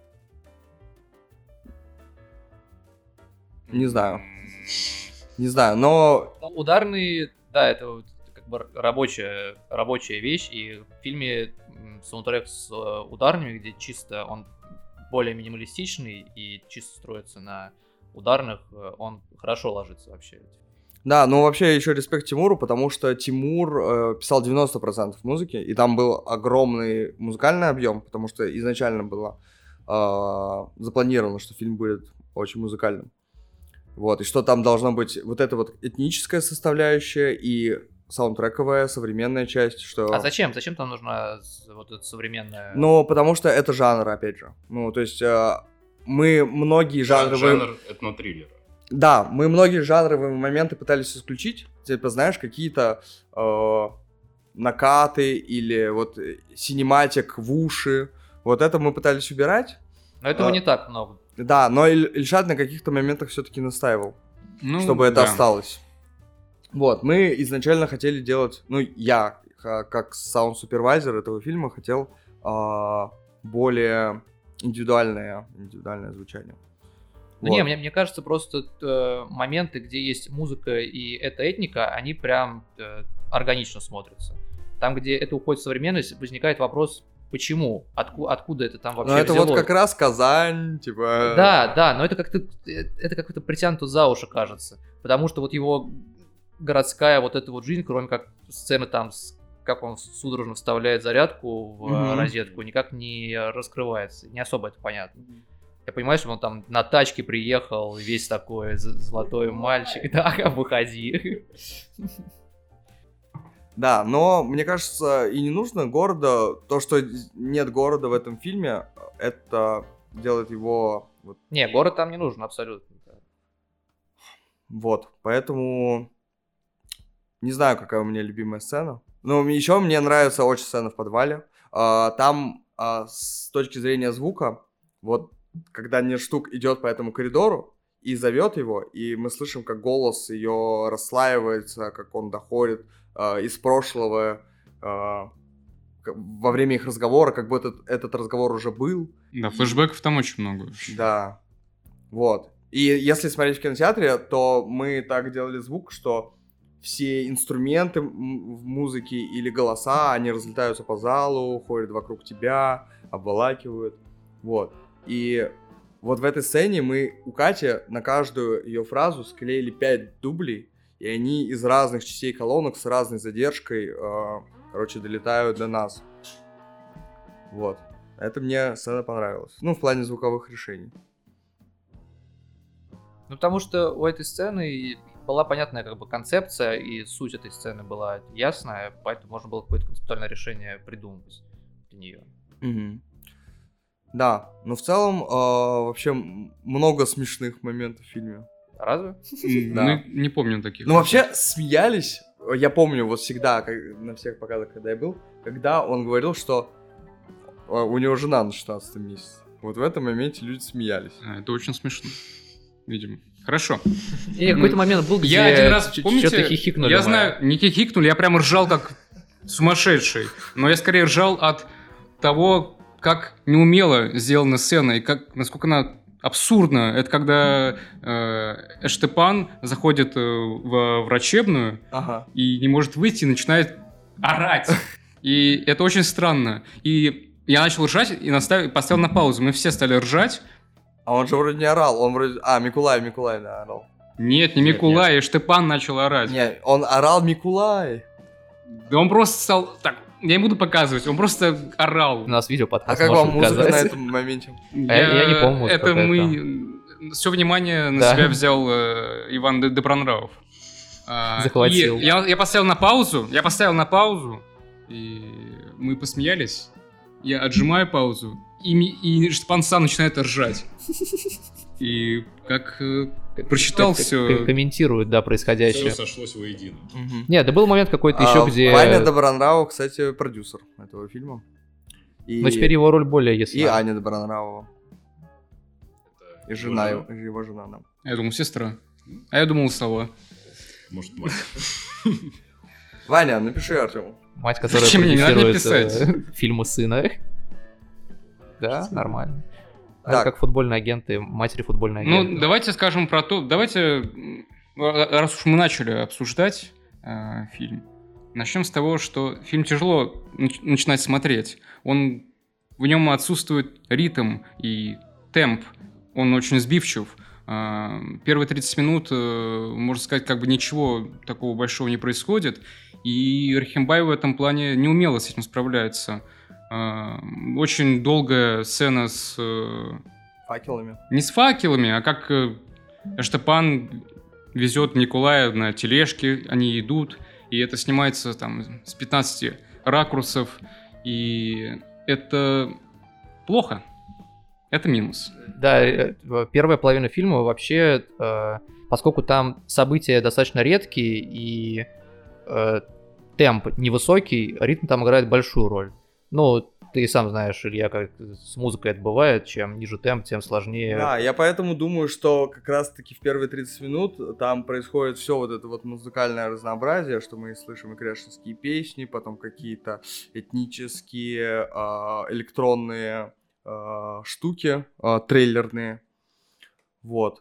не знаю, не знаю, но Ну, ударный, да, это вот как бы рабочая, рабочая вещь, и в фильме м, саундтрек с э, ударными, где чисто он более минималистичный и чисто строится на ударных, э, он хорошо ложится вообще. да, ну вообще еще респект Тимуру, потому что Тимур э, писал девяносто процентов музыки, и там был огромный музыкальный объем, потому что изначально было э, запланировано, что фильм будет очень музыкальным. Вот, и что там должно быть вот эта вот этническая составляющая и саундтрековая, современная часть, что... А зачем? Зачем там нужна с- вот эта современная... Ну, потому что это жанр, опять же. Ну, то есть э, мы многие жанровые... Жанр этнотриллера. Да, мы многие жанровые моменты пытались исключить. Типа, знаешь, какие-то э, накаты или вот э, синематик в уши. Вот это мы пытались убирать. Но этого а- не так много. Да, но Иль- Ильшат на каких-то моментах все-таки настаивал, Ну, чтобы это да. осталось. Вот, мы изначально хотели делать... Ну, я, ха- как саунд-супервайзер этого фильма, хотел а, более индивидуальное, индивидуальное звучание. Ну, Вот. Не, мне, мне кажется, просто э, моменты, где есть музыка и эта этника, они прям э, органично смотрятся. Там, где это уходит в современность, возникает вопрос, почему? Отку- откуда это там вообще Но это взялось? вот как раз Казань, типа... Да, да, но это как-то э, это как-то притянуто за уши, кажется. Потому что вот его городская вот эта вот жизнь, кроме как сцены там, с- как он судорожно вставляет зарядку в э, Мгм. розетку, никак не раскрывается. Не особо это понятно. Я понимаю, что он там на тачке приехал, весь такой з- золотой мальчик. Да, выходи. Да, но мне кажется, и не нужно города. То, что нет города в этом фильме, это делает его вот. Не, город там не нужен абсолютно. Вот, поэтому не знаю, какая у меня любимая сцена. Но еще мне нравится очень сцена в подвале. А, Там а, с точки зрения звука, вот когда Нерштук идет по этому коридору и зовет его, и мы слышим, как голос ее расслаивается, как он доходит а, из прошлого а, к- во время их разговора, как будто этот, этот разговор уже был. Да, флешбеков там очень много. Да, вот. И если смотреть в кинотеатре, то мы так делали звук, что все инструменты в музыке или голоса, они разлетаются по залу, ходят вокруг тебя, обволакивают. Вот. И вот в этой сцене мы у Кати на каждую ее фразу склеили пять дублей, и они из разных частей колонок с разной задержкой, э, короче, долетают до нас. Вот. Это мне сцена понравилась. Ну, в плане звуковых решений. Ну, потому что у этой сцены была понятная как бы концепция, и суть этой сцены была ясная, поэтому можно было какое-то концептуальное решение придумывать для нее. Угу. Да, но в целом э, вообще много смешных моментов в фильме. Разве? Да. Ну, не помню таких. Ну, вообще, смеялись, я помню вот всегда, как, на всех показах, когда я был, когда он говорил, что э, у него жена на шестнадцатом месяце. Вот в этом моменте люди смеялись. А, это очень смешно, видимо. Хорошо. И какой-то момент был, где я один раз, ч- помните, что-то хихикнули. Я мы. знаю, не хихикнули, я прям ржал как сумасшедший. Но я скорее ржал от того, как неумело сделана сцена, и как, насколько она абсурдна. Это когда э, Эштепан заходит э, в врачебную Ага. и не может выйти, и начинает орать. И это очень странно. И я начал ржать и наставил, поставил на паузу. Мы все стали ржать. А он же вроде не орал, он вроде... А, Микулай, Микулай, да, орал. Нет, не Нет, Микулай, Эштепан начал орать. Не, он орал Микулай. Да он просто стал... Так, я не буду показывать, он просто орал. У нас видео А подкаст. как вам можешь музыка на показать. этом моменте? А я- я не помню, Это какая мы... Все внимание на Да. себя взял э, Иван Д- Добронравов. А, Захватил. и я, я поставил на паузу, я поставил на паузу, и мы посмеялись. Я отжимаю паузу, и, ми- и Штепан сам начинает ржать. И как э, прочитал Как- все... как Комментируют, да, Все происходящее. сошлось воедино. Мгм. Нет, да был момент какой-то А, еще, где... Ваня Добронравов, кстати, продюсер этого фильма. И... Но теперь его роль более ясна. И Аня Добронравова. Это И жена его его, его жена, да. Я думал, сестра. А я думал, сова. Может, мать. Ваня, напиши Артему. Мать, которая Зачем мне? Не надо мне продюсирует, писать. э, фильмы сына. Да, нормально. Это Так. как футбольные агенты, матери футбольные Ну, агенты. давайте скажем про то... Давайте, м, раз уж мы начали обсуждать э, фильм, начнем с того, что фильм тяжело нач- начинать смотреть. Он... В нем отсутствует ритм и темп. Он очень сбивчив. А, Первые тридцать минут, э, можно сказать, как бы ничего такого большого не происходит. И Архимбай в этом плане неумело с этим справляется. А, Очень долгая сцена с... э, Факелами. не с факелами, а как э, Эштепан везет Николая на тележке, они идут, и это снимается там с пятнадцати ракурсов, и это плохо. Это минус. Да, э, первая половина фильма вообще, э, поскольку там события достаточно редкие и э, темп невысокий, ритм там играет большую роль. Ну, ты и сам знаешь, Илья, как с музыкой это бывает, чем ниже темп, тем сложнее. Да, я поэтому думаю, что как раз-таки в первые тридцать минут там происходит все вот это вот музыкальное разнообразие, что мы слышим и кряшинские песни, потом какие-то этнические, а, электронные а, штуки, а, трейлерные. Вот.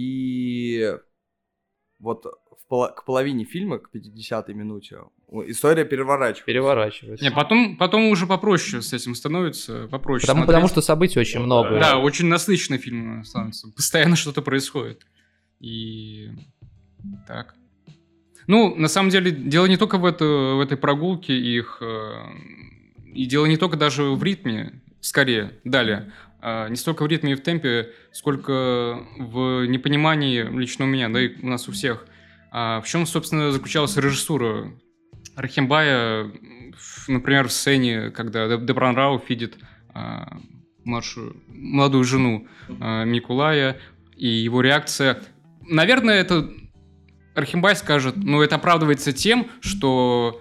И вот в поло- к половине фильма, к пятидесятой минуте, у- история переворачивается. Переворачивается. Не, потом, потом уже попроще с этим становится, попроще Потому, смотреть. потому что событий очень Ну, много. Да, очень насыщенный фильм становится. Постоянно что-то происходит. И так. Ну, на самом деле, дело не только в, это, в этой прогулке их, э, и дело не только даже в ритме, скорее, далее. А не столько в ритме и в темпе, сколько в непонимании лично у меня, да и у нас у всех. А в чем, собственно, заключалась режиссура Архимбая, в- например, в сцене, когда Д- Добронравов видит а, младшую, молодую жену а, Микулая, и его реакция... Наверное, это Архимбай скажет, ну, это оправдывается тем, что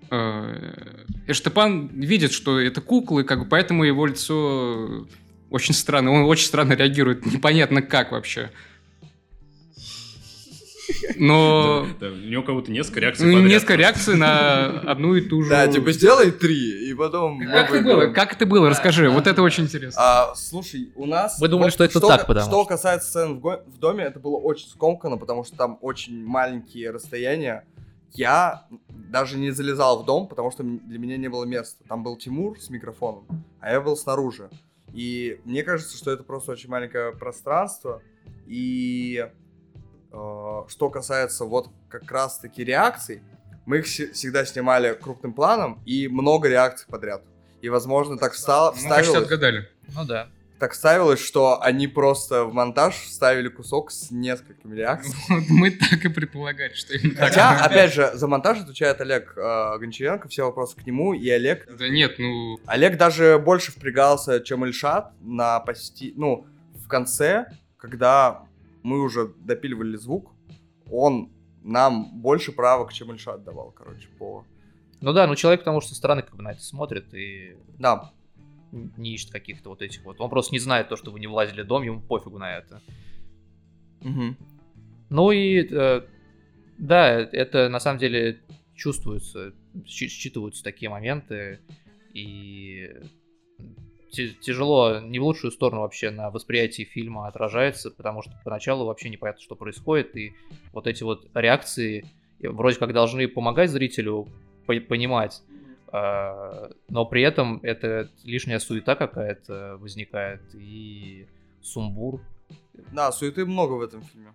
э, Эштепан видит, что это куклы, как бы, поэтому его лицо очень странно, он очень странно реагирует, непонятно как вообще. Но... Да, у него кого-то несколько реакций подряд. Несколько реакций на одну и ту же... Да, типа сделай три, и потом... Как это было? Как это было? Расскажи, вот это очень интересно. А, слушай, у нас... Вы думали, вот что это что, так, потому Что что- касается сцен в, го- в доме, это было очень скомканно, потому что там очень маленькие расстояния. Я даже не залезал в дом, потому что м- для меня не было места. Там был Тимур с микрофоном, а я был снаружи. И мне кажется, что это просто очень маленькое пространство. И э, что касается вот как раз-таки реакций, мы их се- всегда снимали крупным планом и много реакций подряд. И, возможно, так вста- Мы почти вставилось, отгадали. Ну да. так вставилось, что они просто в монтаж вставили кусок с несколькими реакциями. Вот мы так и предполагали, что именно так. Хотя, опять же, за монтаж отвечает Олег э, Гончаренко, все вопросы к нему, и Олег... Да нет, ну... Олег даже больше впрягался, чем Ильшат, на почти... Ну, в конце, когда мы уже допиливали звук, он нам больше правок, чем Ильшат давал, короче, по... Ну да, ну человек, потому что со стороны как бы на это смотрит и Да. не ищет каких-то вот этих вот. Он просто не знает то, что вы не влазили в дом, ему пофигу на это. Мгм. Ну и э, да, это на самом деле чувствуется, щи- считываются такие моменты, и ти- тяжело, не в лучшую сторону вообще на восприятии фильма отражается, потому что поначалу вообще непонятно, что происходит, и вот эти вот реакции э, вроде как должны помогать зрителю по- понимать, э, но при этом это лишняя суета какая-то возникает, и сумбур. Да, суеты много в этом фильме.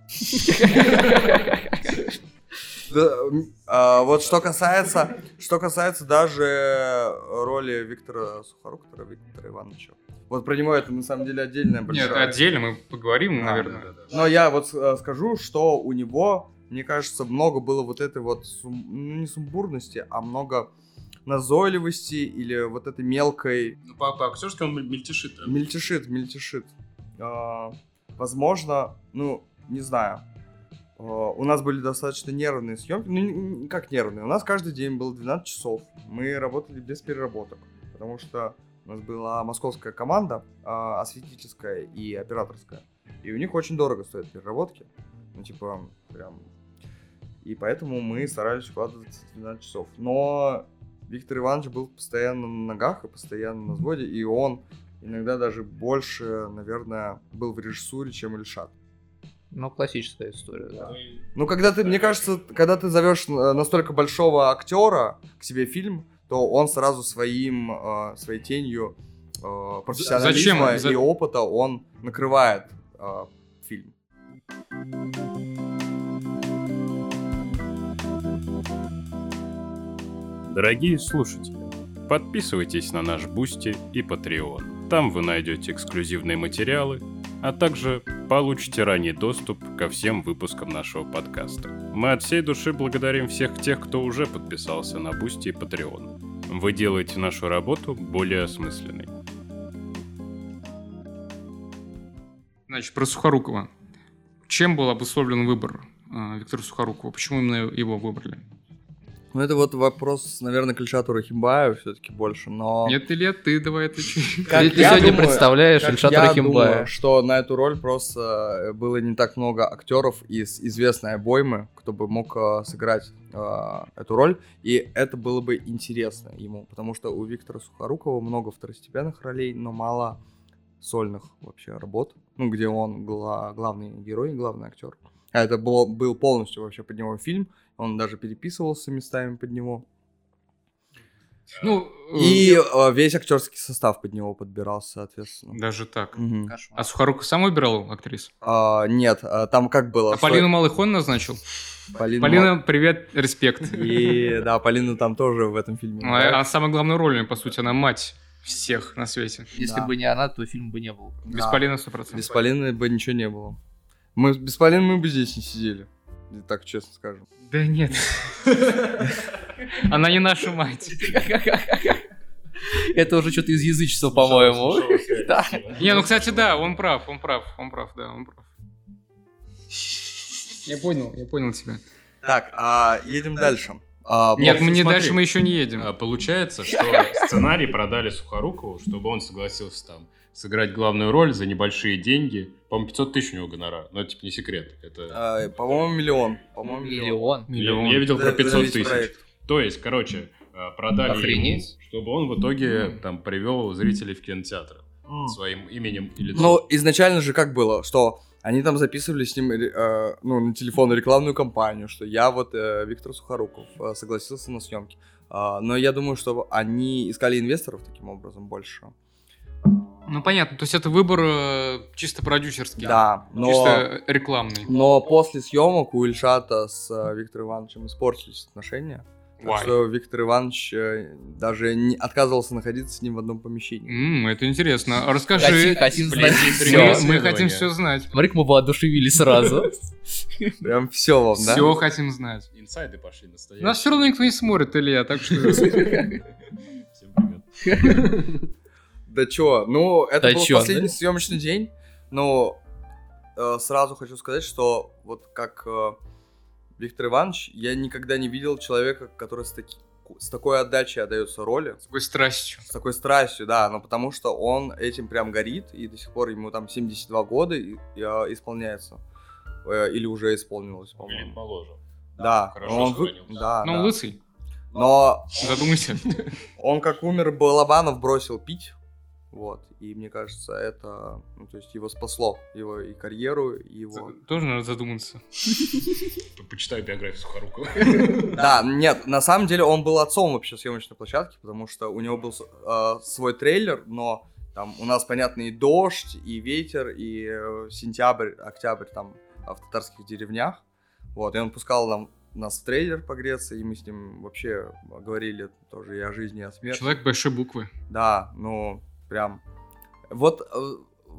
Да, м, а, вот что касается, что касается даже роли Виктора Сухорука, Виктора Ивановича. Вот про него это на самом деле отдельная большая... Нет, отдельно мы поговорим, А, наверное. Да, да, да. Но я вот э, скажу, что у него, мне кажется, много было вот этой вот, сум- ну, не сумбурности, а много назойливости или вот этой мелкой... Ну, по, по актерски он мельтешит. да. Мельтешит, мельтешит. А, возможно, ну, не знаю. А, у нас были достаточно нервные съемки. Ну, не- не как нервные. У нас каждый день было двенадцать часов. Мы работали без переработок. Потому что у нас была московская команда, а, осветительская и операторская. И у них очень дорого стоят переработки. Ну, типа, прям... И поэтому мы старались вкладываться в двенадцать часов. Но Виктор Иванович был постоянно на ногах и постоянно на взводе. И он иногда даже больше, наверное, был в режиссуре, чем Ильшат. Ну, классическая история, да. Ну, когда ты, мне кажется, когда ты зовешь э, настолько большого актера к себе в фильм, то он сразу своим, э, своей тенью э, профессионализма Зачем? За- и опыта он накрывает э, фильм. Дорогие слушатели, подписывайтесь на наш Бусти и Patreon. Там вы найдете эксклюзивные материалы, а также получите ранний доступ ко всем выпускам нашего подкаста. Мы от всей души благодарим всех тех, кто уже подписался на Бусти и Patreon. Вы делаете нашу работу более осмысленной. Значит, про Сухорукова. Чем был обусловлен выбор э, Виктора Сухорукова? Почему именно его выбрали? Ну, это вот вопрос, наверное, к Ильшату Рахимбаеву все-таки больше, но... Нет или нет, ты давай отвечай. Как Ты, ты я сегодня думаю- представляешь Как Ильшата я Рахимбаева. думаю, что на эту роль просто было не так много актеров из известной обоймы, кто бы мог э, сыграть э, эту роль, и это было бы интересно ему, потому что у Виктора Сухорукова много второстепенных ролей, но мало сольных вообще работ, ну, где он гла- главный герой, главный актер. А это был, был полностью вообще под него фильм, он даже переписывался местами под него. Ну, э, И э, весь актерский состав под него подбирался, соответственно. даже так. Мгм. А Сухоруков сам выбирал актрис? А, нет, а, там как было? А что- Полину Малых он назначил? Полину Полина, привет, респект. Мал- И да, Полина там тоже в этом фильме. Ну, а- играет. Она самая главная роль, по сути, она мать всех на свете. Если Да. бы не она, то фильм бы не был. Без Да. Полины сто процентов. Без Полины бы ничего не было. Мы без Полины мы бы здесь не сидели. Так честно скажем. Да нет. Она не наша мать. Это уже что-то из язычества, по-моему. Да. Не, ну, кстати, да, он прав, он прав, он прав, да, он прав. Я понял, я понял тебя. Так, а едем дальше. А, Нет, ну, мы не смотри. дальше, мы еще не едем. А, Получается, что сценарий продали Сухорукову, чтобы он согласился там сыграть главную роль за небольшие деньги. По-моему, пятьсот тысяч у него гонорар, но это типа не секрет. Это... А, по-моему, миллион. По-моему, Миллион. Миллион. Я, я видел Да, про это пятьсот весь тысяч. проект. То есть, короче, продали Охренеть. ему, чтобы он в итоге там привел зрителей в кинотеатр М. своим именем и лицом. Ну, изначально же как было, что они там записывали с ним э, ну, на телефон рекламную кампанию, что я вот, э, Виктор Сухоруков, э, согласился на съемки. А, но я думаю, что они искали инвесторов таким образом больше. Ну, понятно, то есть это выбор э, чисто продюсерский. Да, но, Чисто рекламный. но после съемок у Ильшата с э, Виктором Ивановичем испортились отношения. Так Why? что Виктор Иванович э, даже не отказывался находиться с ним в одном помещении. М, это интересно. А расскажи. Хотим, хотим Блин, знать Мы, все. мы исследование. хотим все знать. Смотри, как мы воодушевились сразу. Прям все вам, да? Все хотим знать. Инсайды пошли настоящие. Нас все равно никто не смотрит, Илья, так что... Всем привет. Да чё, ну, это Да был чё, последний да? съемочный день, но э, сразу хочу сказать, что вот как э, Виктор Иванович, я никогда не видел человека, который с, таки, с такой отдачей отдается роли, С такой страстью. с такой страстью, да, но потому что он этим прям горит, и до сих пор ему там семьдесят два года и, и, э, исполняется, Э, или уже исполнилось, Выглядит по-моему. моложе. Да, Хорошо он вы- сохранился. да, Ну, да. лысый. Но Задумайся. он как умер, Балабанов бросил пить. Вот, и мне кажется, это, ну, то есть его спасло, его и карьеру, и его... Тоже надо задуматься. Почитай биографию Сухорукова. Да, нет, на самом деле он был отцом вообще съемочной площадки, потому что у него был э, свой трейлер, но там у нас, понятно, и дождь, и ветер, и э, сентябрь, октябрь там в татарских деревнях. Вот, и он пускал нам, нас в трейлер погреться, и мы с ним вообще говорили тоже и о жизни, и о смерти. Человек большой буквы. Да, ну, прям... Вот э,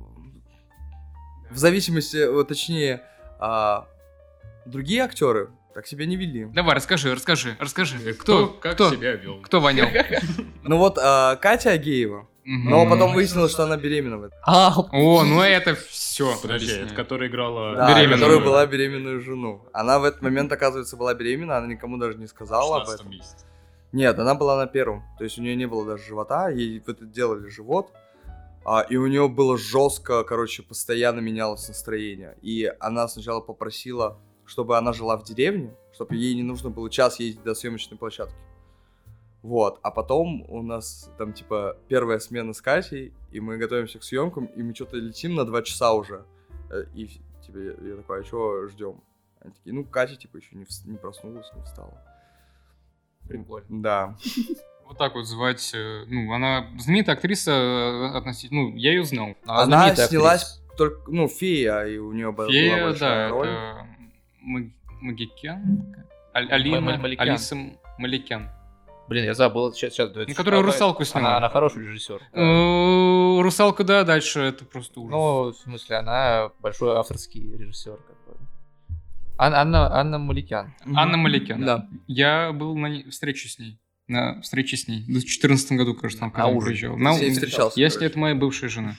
в зависимости, вот, точнее, а, другие актеры так себя не вели. Давай, расскажи, расскажи, расскажи. Кто, Кто, как кто, себя вел? кто вонял? Ну вот а, Катя Агеева, Мгм. но потом выяснилось, что она беременна. в этом. А, О, ну это все. Подожди, это которая играла... Да, Беременную. которая была беременную жену. Она в этот момент, оказывается, была беременна, она никому даже не в сказала об шестнадцатом этом. месяце. Нет, она была на первом. То есть у нее не было даже живота, ей вот это делали живот. А, и у нее было жестко, короче, постоянно менялось настроение. И она сначала попросила, чтобы она жила в деревне, чтобы ей не нужно было час ездить до съемочной площадки. Вот, а потом у нас там, типа, первая смена с Катей, и мы готовимся к съемкам, и мы что-то летим на два часа уже. Э, И, типа, я, я такой, а чего ждем? Они такие, ну, Катя, типа, еще не, вс- не проснулась, не встала. прикольно. Да. Вот так вот звать. э, Ну, она знаменитая актриса э, относительно. Ну, я ее знал. А Она знаменитая снялась актриса. только, ну, фея, и у нее была Фея, большая да, роль. это М- Магикян? Аль- Алина, М- Маликян. Алиса Маликян. Блин, я забыл, сейчас, сейчас. Ну, которая «Русалку» сняла. Она, она хороший режиссер. Э, Русалка, да, дальше это просто ужас. Ну, в смысле, она большой авторский режиссер. Как бы. Ан- Анна, Анна Маликян. Анна Маликян. Да. Я был на ней- встрече с ней. На встрече с ней. В две тысячи четырнадцатом году, кажется, там На когда ужин. приезжал. Ты с ней встречался, Если короче. это моя бывшая жена.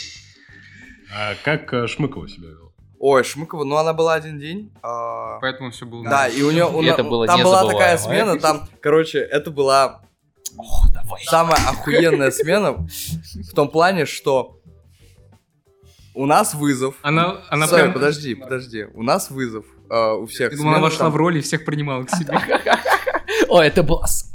А как э, Шмыкова себя вел? Ой, Шмыкова, ну она была один день. а, Поэтому все было... Да, и у нее у И на- это было там была незабываемо. такая смена, там, короче, это была О, давай. самая охуенная смена в том плане, что у нас вызов. Она, она Стой, прям... подожди, подожди. У нас вызов а, у всех. Я думал, она Смена вошла там- в роль и всех принимала к себе. О, это было... с-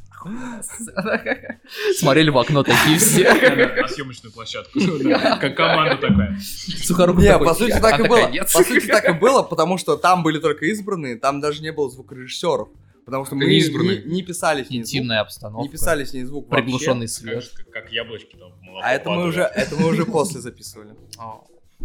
Смотрели в окно такие все. На съемочную площадку. Да, как команда такая. Сухоруков Не, такой, по сути «А, так и было. наконец». По сути так и было, потому что там были только избранные, там даже не было звукорежиссеров. Потому что Это мы не не, избранные. не писали с ней звук. Интимная обстановка. Не писали с ней звук вообще. Приглушенный свет. Как, как яблочки там в молоко А это мы падают. уже, это мы уже после записывали. О.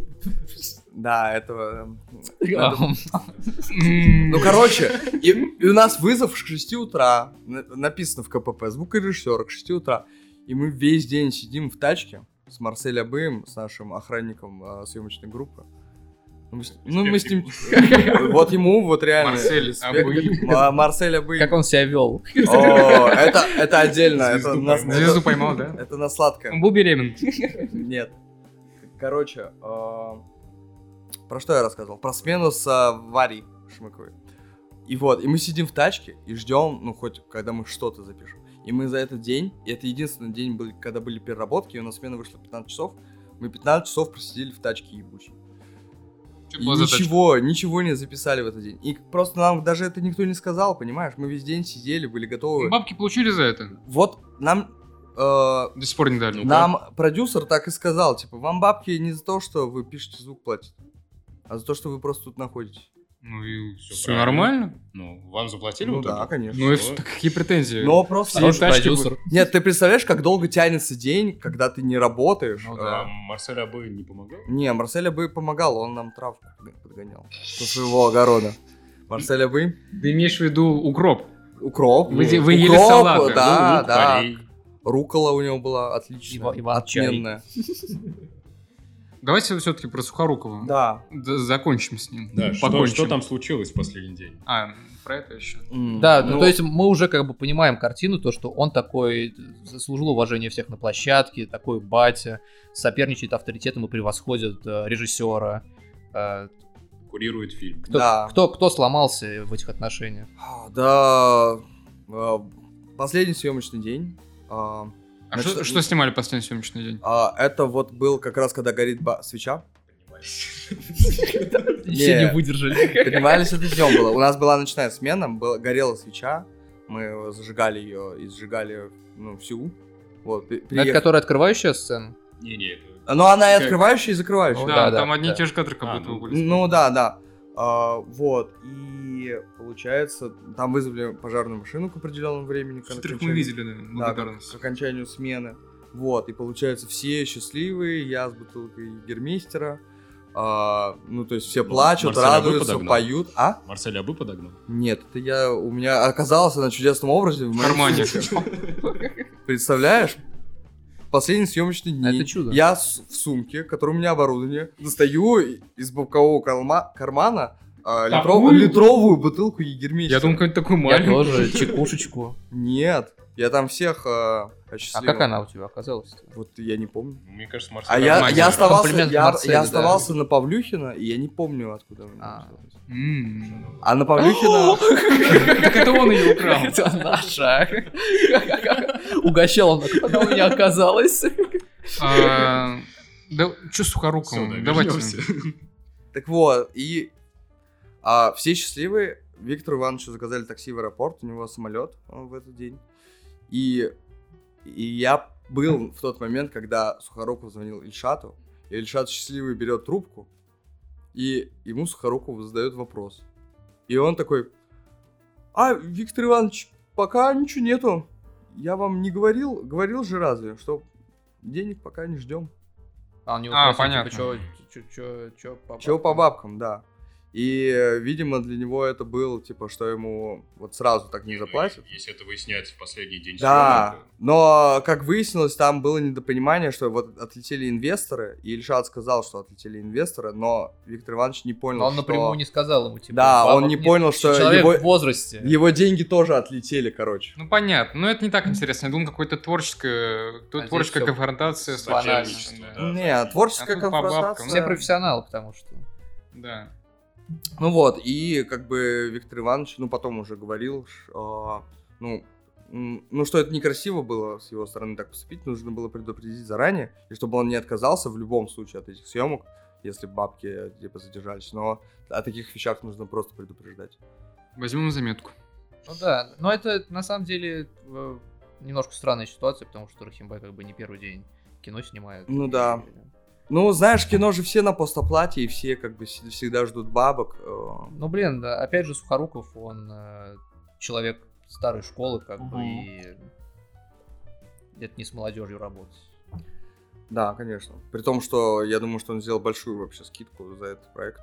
Да, это... Ам. М, Ну, короче, и, и у нас вызов к шести утра, на- написано в КПП, звукорежиссера к шести утра. И мы весь день сидим в тачке с Марсель Абыем, с нашим охранником а, съемочной группы. Ну, мы с, ну, мы с ним... Вот ему вот реально... Марсель респект. Абый. Ма- Марсель Абый. Как он себя вел? О, это, это отдельно. Это Звезду на, поймал. Звезду это- поймал, да? это на сладкое. Он был беременен. Нет. Короче, а, про что я рассказывал? Про смену с а, Варей Шмыковой. И вот, и мы сидим в тачке и ждем, ну, хоть когда мы что-то запишем. И мы за этот день, и это единственный день, был, когда были переработки, и у нас смена вышла в пятнадцать часов, Мы пятнадцать часов просидели в тачке ебучей. Что И было за ничего, ничего не записали в этот день. И просто нам даже это никто не сказал, понимаешь? Мы весь день сидели, были готовы. тачка? Бабки получили за это? Вот нам... э, До сих пор не дали. нам продюсер так и сказал, типа, вам бабки не за то, что вы пишете звук платят, а за то, что вы просто тут находитесь. Ну и Всё все правильно. нормально. Ну, вам заплатили Ну в итоге? да, конечно. Ну и Всё. что, какие претензии? Но просто... Хороший Хороший тачки продюсер. Нет, ты представляешь, как долго тянется день, когда ты не работаешь? Ну Э, да. А Марсель Абы не помогал? Не, Марсель бы помогал, он нам травку подгонял со своего огорода. Марсель бы Ты имеешь в виду укроп? укроп. Вы- ну, вы ели укроп, салаты. Да, Ну, лук, да. порей. Рукола у него была отличная, Ива- Иван-чай. отменная. Давайте все-таки про Сухорукова. Да. Д- Закончим с ним. Да, что, Покончим. что там случилось в последний день? А, про это еще. М, Да, ну, ну, то есть мы уже как бы понимаем картину, то, что он такой, заслужил уважение всех на площадке, такой батя, соперничает авторитетом и превосходит э, режиссера. Э, Курирует фильм. кто, Да. кто, кто сломался в этих отношениях? а, Да. э, Последний съемочный день. а, А Значит, что, что снимали последний съемочный день? а, Это вот был как раз, когда горит ба- свеча. Все не выдержали. Поднимались это днем было. У нас была ночная смена, была, горела свеча. Мы зажигали ее и сжигали, ну, всю. Вот, при- Это приех- которая открывающая сцена? Не-не, это... Но она и Как- открывающая, и закрывающая. Ну, да, да, там да, одни и да. те же кадры как А, будто ну, бы были. Ну да, да. А, вот. И получается, там вызвали пожарную машину к определенному времени. к Которых мы окончанию- видели, да, Да, к, благодарность. к окончанию смены. Вот. И получается, все счастливые. Я с бутылкой Гермейстера. А, ну, то есть все Ну, плачут, Марселя бы радуются, подогнал. поют. А? Марсель Абы подогнал? Нет, это я... У меня оказалось на чудесном образе в В моей кармане. сумке. Представляешь? Последний съемочный день. Это чудо. Я с- в сумке, которая у меня оборудование, достаю из бокового карма- кармана а, литров- Такую? литровую бутылку Егермейстера. Я думал, какой-то такой Я маленький. тоже, чекушечку. Нет, я там всех а, А осчастливил. как она у тебя оказалась? Вот я не помню. Мне кажется, Марсель А Абы я, Нормально. я оставался, Комплимент я, Марселю, я да. оставался на Павлюхина, и я не помню, откуда она А. взялась. М. А на Павлюхина... Так это он ее украл. Это наша. Угощал он, как она у меня оказалась. А, Да, что Всё, Сухоруковым? да, Давайте. вернёмся. Так вот, и а, все счастливые. Виктору Ивановичу заказали такси в аэропорт, у него самолет а, в этот день. И, и я был в тот момент, когда Сухоруков звонил Ильшату, и Ильшат счастливый берет трубку, и ему Сухоруков задает вопрос. И он такой: а, Виктор Иванович, пока ничего нету. Я вам не говорил, говорил же разве, что денег пока не ждем. А, он не А, спросил, понятно. типа, чё, чё, чё, чё по Чего по бабкам? бабкам, да. И, э, видимо, для него это был, типа, что ему вот сразу так не Не, ну, заплатят. Если это выясняется в последний день Да, съемок, но, как выяснилось, там было недопонимание, что вот отлетели инвесторы, и Ильшат сказал, что отлетели инвесторы, но Виктор Иванович не понял, Но он что... напрямую не сказал ему, типа, Да, он бабок не нет. понял, что Человек его- в возрасте. Его деньги тоже отлетели, короче. Ну понятно, но это не так интересно. Я думал, какое-то творческое, А здесь творческая всё конфронтация с соперничество, банальностью, да. Не, творческая А тут по бабкам. конфронтация... Все профессионалы, потому что... Да. Ну вот, и как бы Виктор Иванович, ну потом уже говорил, ш- а, ну, м, ну что это некрасиво было с его стороны так поступить, нужно было предупредить заранее, и чтобы он не отказался в любом случае от этих съемок, если бабки типа задержались, но о таких вещах нужно просто предупреждать. Возьмем на заметку. Ну да, но это на самом деле э, немножко странная ситуация, потому что Рахимбай как бы не первый день кино снимает. Ну да. И- Ну, знаешь, кино же все на постоплате, и все как бы с- всегда ждут бабок. э, Ну блин, да, опять же Сухоруков, он э, человек старой школы, как бы, Мгм. и это не с молодежью работать. Да, конечно. При том, что я думаю, что он сделал большую вообще скидку за этот проект.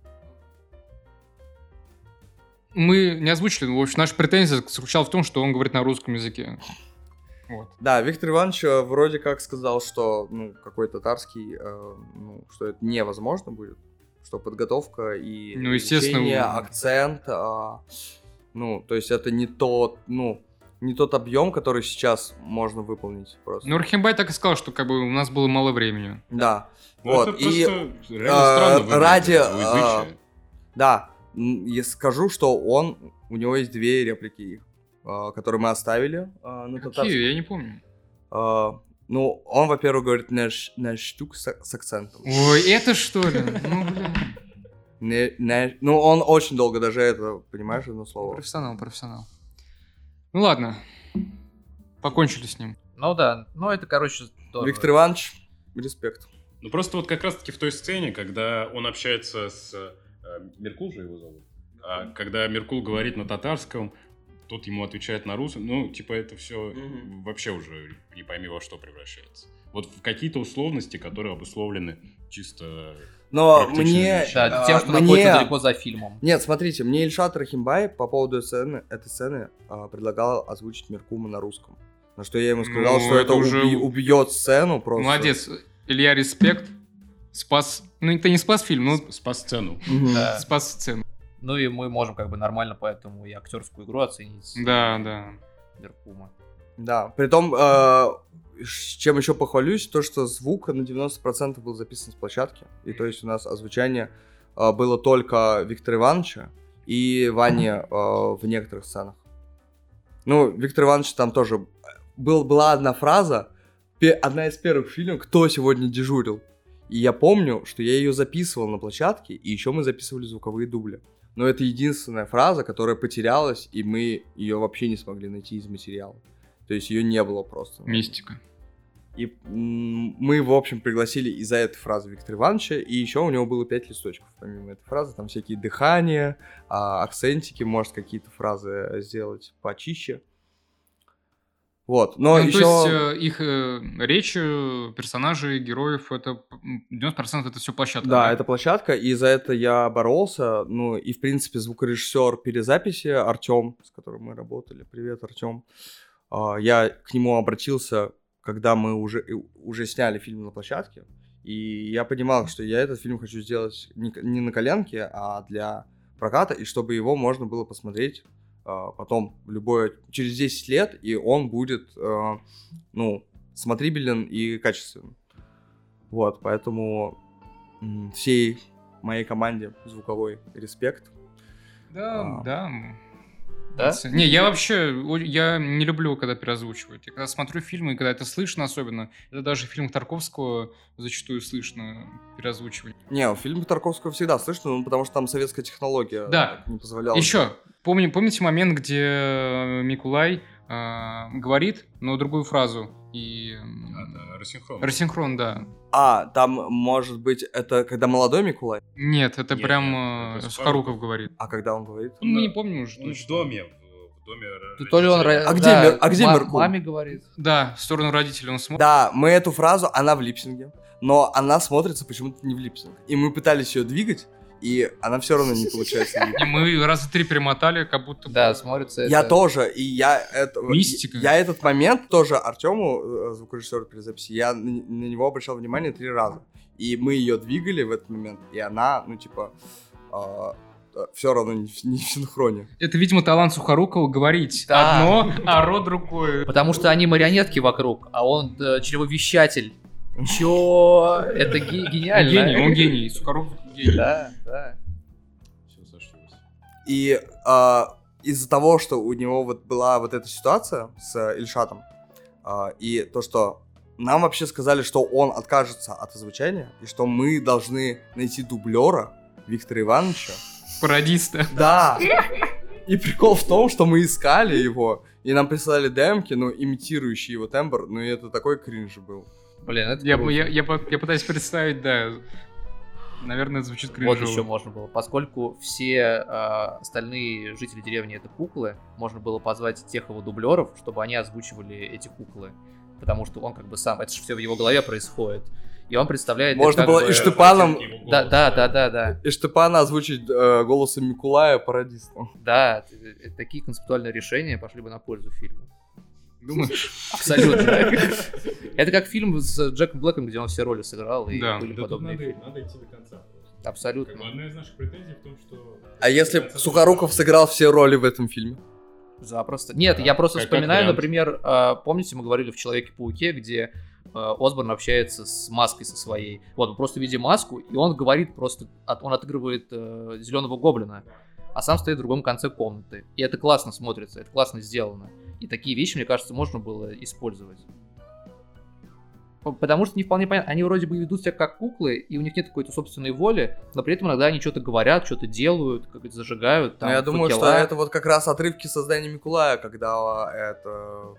Мы не озвучили, но, в общем, наша претензия заключалась в том, что он говорит на русском языке. Вот. Да, Виктор Иванович э, вроде как сказал, что ну, какой татарский, э, ну, что это невозможно будет, что подготовка и Ну, естественно, изучение, вы- акцент, а, ну, то есть это не тот, ну, не тот объем, который сейчас можно выполнить просто. Ну, Рахимбай так и сказал, что как бы у нас было мало времени. Да, Ну, вот, это и, просто реально э, странно выглядит, ради, двуязычие. да, м, я скажу, что он, у него есть две реплики, э, которые мы оставили э, на татарском. Какие? Я не помню. А, Ну, он, во-первых, говорит «наш, наш штук» с, с акцентом. Ой, это что ли? Ну, блин. Не, не, ну, он очень долго даже это, понимаешь, одно слово. Профессионал, профессионал. Ну ладно, покончили с ним. Ну да, ну это, короче, тоже... Виктор Иванович, респект. Ну просто вот как раз-таки в той сцене, когда он общается с... Э, Меркул же его зовут? А когда Меркул говорит на татарском, тот ему отвечает на русском, ну, типа, это все mm-hmm. вообще уже не пойми во что превращается. Вот в какие-то условности, которые обусловлены чисто... Но мне... Да, тем, что мне... находится далеко за фильмом. Нет, смотрите, мне Ильшат Рахимбай по поводу сцены, этой сцены а, предлагал озвучить Меркума на русском. На что я ему сказал, ну, что это, это уже... уби- убьет сцену просто. Молодец, Илья, респект. Спас... Ну, это не спас фильм, но... Спас сцену. Да. Спас сцену. Ну и мы можем как бы нормально поэтому и актерскую игру оценить. Да, да. Меркума. Да, притом, э, чем еще похвалюсь, то, что звук на девяносто процентов был записан с площадки. И то есть у нас озвучание э, было только Виктора Ивановича и Вани э, в некоторых сценах. Ну, Виктор Иванович там тоже... Был, была одна фраза, пе- одна из первых фильмов «Кто сегодня дежурил?». И я помню, что я ее записывал на площадке, и еще мы записывали звуковые дубли. Но это единственная фраза, которая потерялась, и мы ее вообще не смогли найти из материала. То есть ее не было просто. Мистика. И м- мы, в общем, пригласили из-за этой фразы Виктора Ивановича, и еще у него было пять листочков, помимо этой фразы. Там всякие дыхания, а, акцентики, может, какие-то фразы сделать почище. Вот, но ну, еще... То есть э, их э, речь, персонажей, героев, это девяносто процентов это все площадка. Да, да, это площадка, и за это я боролся. Ну, и, в принципе, звукорежиссер перезаписи Артем, с которым мы работали, привет, Артем, я к нему обратился, когда мы уже, уже сняли фильм на площадке, и я понимал, что я этот фильм хочу сделать не, не на коленке, а для проката, и чтобы его можно было посмотреть потом любое, через десять лет, и он будет, э, ну, смотрибелен и качественным. Вот, поэтому м, всей моей команде звуковой респект. Да, а, да. Да? Не, я вообще, я не люблю, когда переозвучивают. Я когда смотрю фильмы, и когда это слышно особенно, это даже в фильмах Тарковского зачастую слышно переозвучивать. Не, в фильме Тарковского всегда слышно, ну, потому что там советская технология да. не позволяла. Еще, помни, помните момент, где Микулай э, говорит, но другую фразу, и... А, да, рассинхрон. Рассинхрон, да. А, там, может быть, это когда молодой Микулай? Нет, это Нет, прям нет, э, это Сухоруков говорит. А когда он говорит? Ну, мы не помним уже. Он в точно. доме, в, в доме... То ли он... родителей. А где да, Мер- а где ма- Меркуль? Маме говорит. Да, в сторону родителей он смотрит. Да, мы эту фразу, она в липсинге, но она смотрится почему-то не в липсинг. И мы пытались ее двигать, и она все равно не получается. И мы раза три перемотали, как будто... Да, смотрится Я это... тоже, и я это... Мистика. Я этот момент тоже Артему, звукорежиссеру перезаписи, я на, на него обращал внимание три раза. И мы ее двигали в этот момент, и она, ну, типа, э, все равно не, не в синхроне. Это, видимо, талант Сухорукова говорить Да. одно, а рот другое. Потому что они марионетки вокруг, а он э, чревовещатель. Чё? Это ге- гениально. Гений, он гений. Сухоруков гений. Да, да. Всё сошлось. И э, из-за того, что у него вот была вот эта ситуация с Ильшатом, э, и то, что нам вообще сказали, что он откажется от озвучания, и что мы должны найти дублера Виктора Ивановича. Пародиста. Да! И прикол в том, что мы искали его, и нам прислали демки, ну, имитирующие его тембр, ну, и это такой кринж был. Блин, это Я, круто. я, я, по- я пытаюсь представить, да. Наверное, это звучит Вот кринжово. еще можно было. Поскольку все э, остальные жители деревни это куклы, можно было позвать тех его дублеров, чтобы они озвучивали эти куклы. Потому что он как бы сам, это же все в его голове происходит. И он представляет... Можно как было бы- и Штепаном, Да, да, да, да, да. и Штепана озвучить э, голосом Микулая пародистом. Да, т- т- такие концептуальные решения пошли бы на пользу фильму. Думаешь? Абсолютно. Это как фильм с Джеком Блэком, где он все роли сыграл, и Да. были Да тут подобные надо, фильмы. надо идти до конца просто. Как бы Абсолютно. одна из наших претензий в том, что... А если Сухоруков сыграл все роли в этом фильме? Запросто. Нет, Да, я просто как- как вспоминаю, вариант. например, э, помните, мы говорили в Человеке-пауке, где э, Осборн общается с маской со своей. Вот, мы просто видим маску, и он говорит просто, от- он отыгрывает э, зеленого гоблина, а сам стоит в другом конце комнаты. И это классно смотрится, это классно сделано. И такие вещи, мне кажется, можно было использовать. Потому что не вполне понятно, они вроде бы ведут себя как куклы, и у них нет какой-то собственной воли, но при этом иногда они что-то говорят, что-то делают, как-то зажигают. Там, ну, я думаю, факела. что это вот как раз отрывки создания Микулая, когда это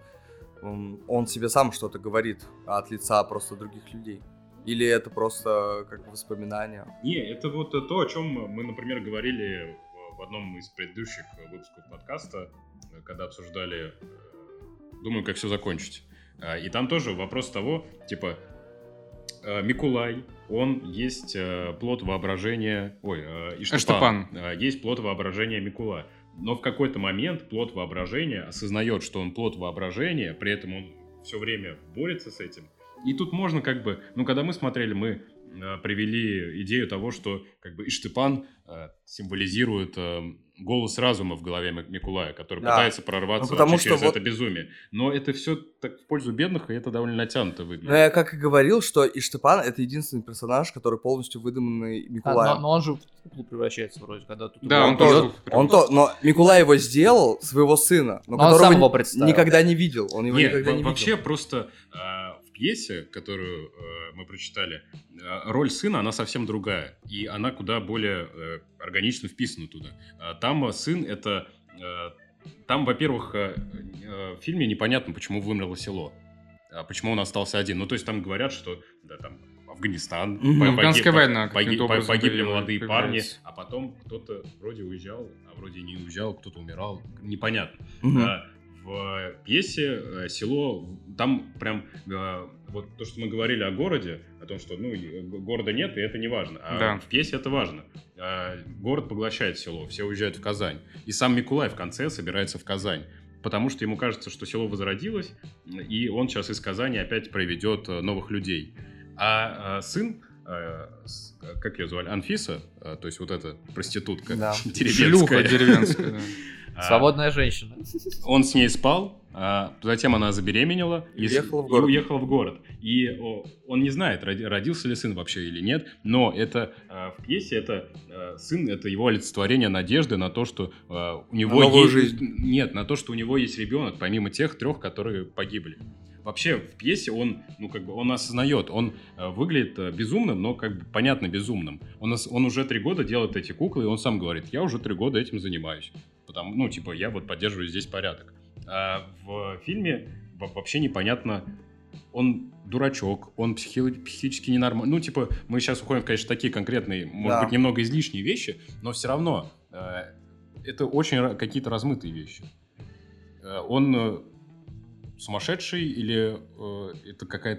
он себе сам что-то говорит от лица просто других людей. Или это просто как воспоминания? Не, это вот то, о чем мы, например, говорили в одном из предыдущих выпусков подкаста, когда обсуждали «Думаю, как все закончить». И там тоже вопрос того, типа, Микулай, он есть плод воображения... Ой, Иштепан. Есть плод воображения Микулая. Но в какой-то момент плод воображения осознает, что он плод воображения, при этом он все время борется с этим. И тут можно как бы... Ну, когда мы смотрели, мы э, привели идею того, что как бы Иштепан э, символизирует э, голос разума в голове Микулая, который да. пытается прорваться ну, вообще через вот... это безумие. Но это все так в пользу бедных, и это довольно натянуто выглядит. Ну, я как и говорил, что Иштепан — это единственный персонаж, который полностью выдуманный Микулаем. А, но, но он же в куклу превращается вроде, когда тут... Да, он, он тоже... Он то, но Микулай его сделал, своего сына, но, но которого он сам его представил. Никогда не видел. Он его Нет, никогда не вообще видел. просто... Э, пьесе, которую э, мы прочитали, э, роль сына, она совсем другая. И она куда более э, органично вписана туда. А там сын это... Э, там, во-первых, э, э, в фильме непонятно, почему вымерло село. А почему он остался один. Ну, то есть там говорят, что да, там Афганистан, mm-hmm. Афганская погиб, война, погиб, погиб, погибли молодые парни, появляется. А потом кто-то вроде уезжал, а вроде не уезжал, кто-то умирал. Непонятно. Mm-hmm. А, в пьесе э, село, там прям э, вот то, что мы говорили о городе, о том, что ну, города нет, и это не важно. А да. в пьесе это важно. А, город поглощает село, все уезжают в Казань. И сам Микулай в конце собирается в Казань. Потому что ему кажется, что село возродилось, и он сейчас из Казани опять приведет новых людей. А, а сын, а, с, как ее звали, Анфиса, а, то есть вот эта проститутка да. деревенская. Шлюха деревенская, да. Свободная женщина. Он с ней спал, а затем она забеременела и, уехала в и город. уехала в город. И о, он не знает, родился ли сын вообще или нет, но это а, в пьесе это а, сын, это его олицетворение надежды на то, что а, у него на новую есть... жизнь. Нет, на то, что у него есть ребенок, помимо тех трех, которые погибли. Вообще в пьесе он, ну как бы, он осознает, он э, выглядит э, безумным, но как бы понятно безумным. Он, он уже три года делает эти куклы, и он сам говорит, я уже три года этим занимаюсь. Потому, ну типа я вот поддерживаю здесь порядок. А в фильме вообще непонятно, он дурачок, он психи- психически ненормальный. Ну типа мы сейчас уходим в, конечно, такие конкретные, может да. быть, немного излишние вещи, но все равно э, это очень какие-то размытые вещи. Э, он... Э, сумасшедший или э, это какая-то...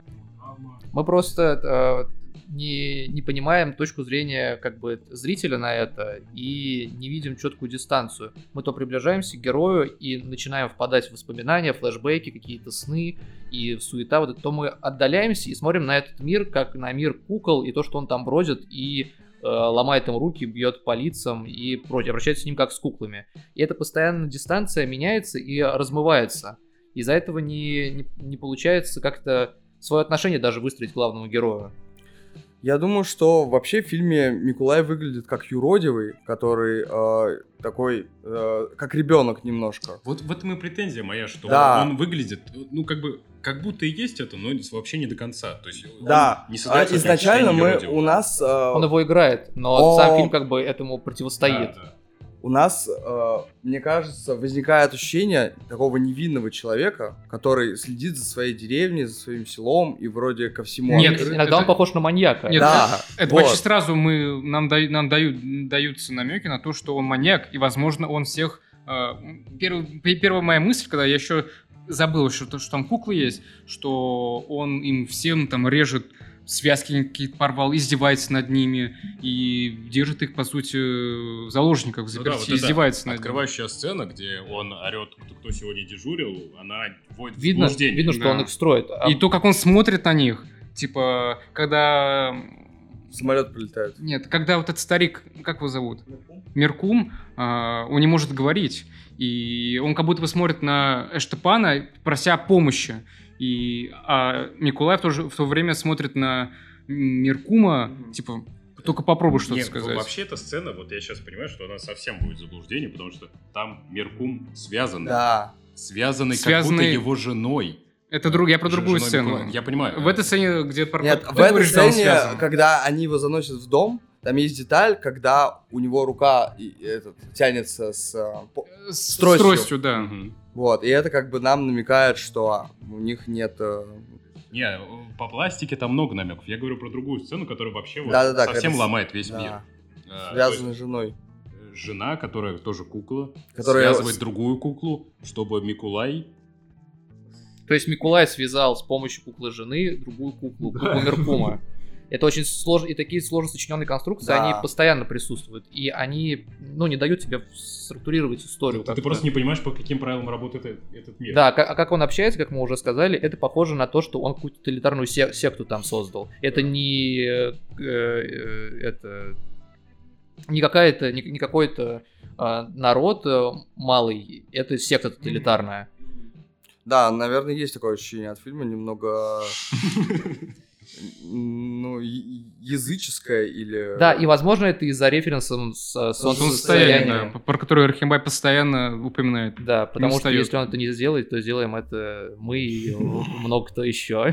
Мы просто э, не, не понимаем точку зрения как бы зрителя на это и не видим четкую дистанцию. Мы то приближаемся к герою и начинаем впадать в воспоминания, флешбеки, какие-то сны и суета, вот это, то мы отдаляемся и смотрим на этот мир как на мир кукол и то, что он там бродит и э, ломает им руки, бьет по лицам и прочее, обращается с ним как с куклами. И эта постоянная дистанция меняется и размывается. Из-за этого не, не, не получается как-то свое отношение даже выстроить к главному герою. Я думаю, что вообще в фильме Микулай выглядит как юродивый, который э, такой, э, как ребенок немножко. Вот в этом и претензия моя, что да. он выглядит, ну как бы, как будто и есть это, но вообще не до конца. То есть да, не а изначально мы у нас... Э, он его играет, но о... сам фильм как бы этому противостоит. Да, да. У нас, э, мне кажется, возникает ощущение такого невинного человека, который следит за своей деревней, за своим селом и вроде ко всему... Нет, открыт. иногда это... он похож на маньяка. Нет, да, это, это вот. почти сразу мы, нам, дают, нам дают, даются намеки на то, что он маньяк, и, возможно, он всех... Э, первый, первая моя мысль, когда я еще забыл, что, что там куклы есть, что он им всем там режет связки какие-то порвал, издевается над ними и держит их, по сути, в заложниках, в заперти, ну да, вот издевается над открывающая ними. Сцена, где он орет, кто, кто сегодня дежурил, она вводит видно, в заблуждение. Видно, что да. он их строит. А... И то, как он смотрит на них, типа, когда... Самолет прилетает. Нет, когда вот этот старик, как его зовут? Меркум, э, он не может говорить. И он как будто бы смотрит на Эштепана, прося помощи. И, а Микулай в то, же, в то время смотрит на Меркума, mm-hmm. типа, только попробуй что-то Нет, сказать. Вообще эта сцена, вот я сейчас понимаю, что она совсем будет в заблуждении, потому что там Меркум связанный. Да. Связанный, Связанный... как будто его женой. Это друг, я про Ж- другую женой сцену. Миколая. Я понимаю. В этой сцене, где пар- Нет, ты в этой говоришь, что он сцене, связан. когда они его заносят в дом, там есть деталь, когда у него рука и- этот, тянется с... а, по- С с тростью. тростью, да. Мгм. Вот, и это как бы нам намекает, что у них нет... э, Не, по пластике там много намеков. Я говорю про другую сцену, которая вообще вот Да-да-да, совсем когда с- ломает весь да, мир. А, связанный то с женой. есть Жена, которая тоже кукла, Которая- связывает другую куклу, чтобы Микулай... То есть Микулай связал с помощью куклы жены другую куклу, куклу Меркума. Это очень сложно, и такие сложно сочиненные конструкции, Да. они постоянно присутствуют, и они, ну, не дают тебе структурировать историю. Ты как-то. просто не понимаешь, по каким правилам работает э- этот мир. Да, ка- а как он общается, как мы уже сказали, это похоже на то, что он какую-то тоталитарную се- секту там создал. Это не э, э, это не какая-то не, не какой-то э, народ э, малый, это секта тоталитарная. Да, наверное, есть такое ощущение от фильма, немного... Ну, я- языческое или... Да, и возможно это из-за референса с Солнцестояние, солнцестояния. да, про которое Архимбай постоянно упоминает. Да, потому что устает. если он это не сделает, то сделаем это мы и много кто еще.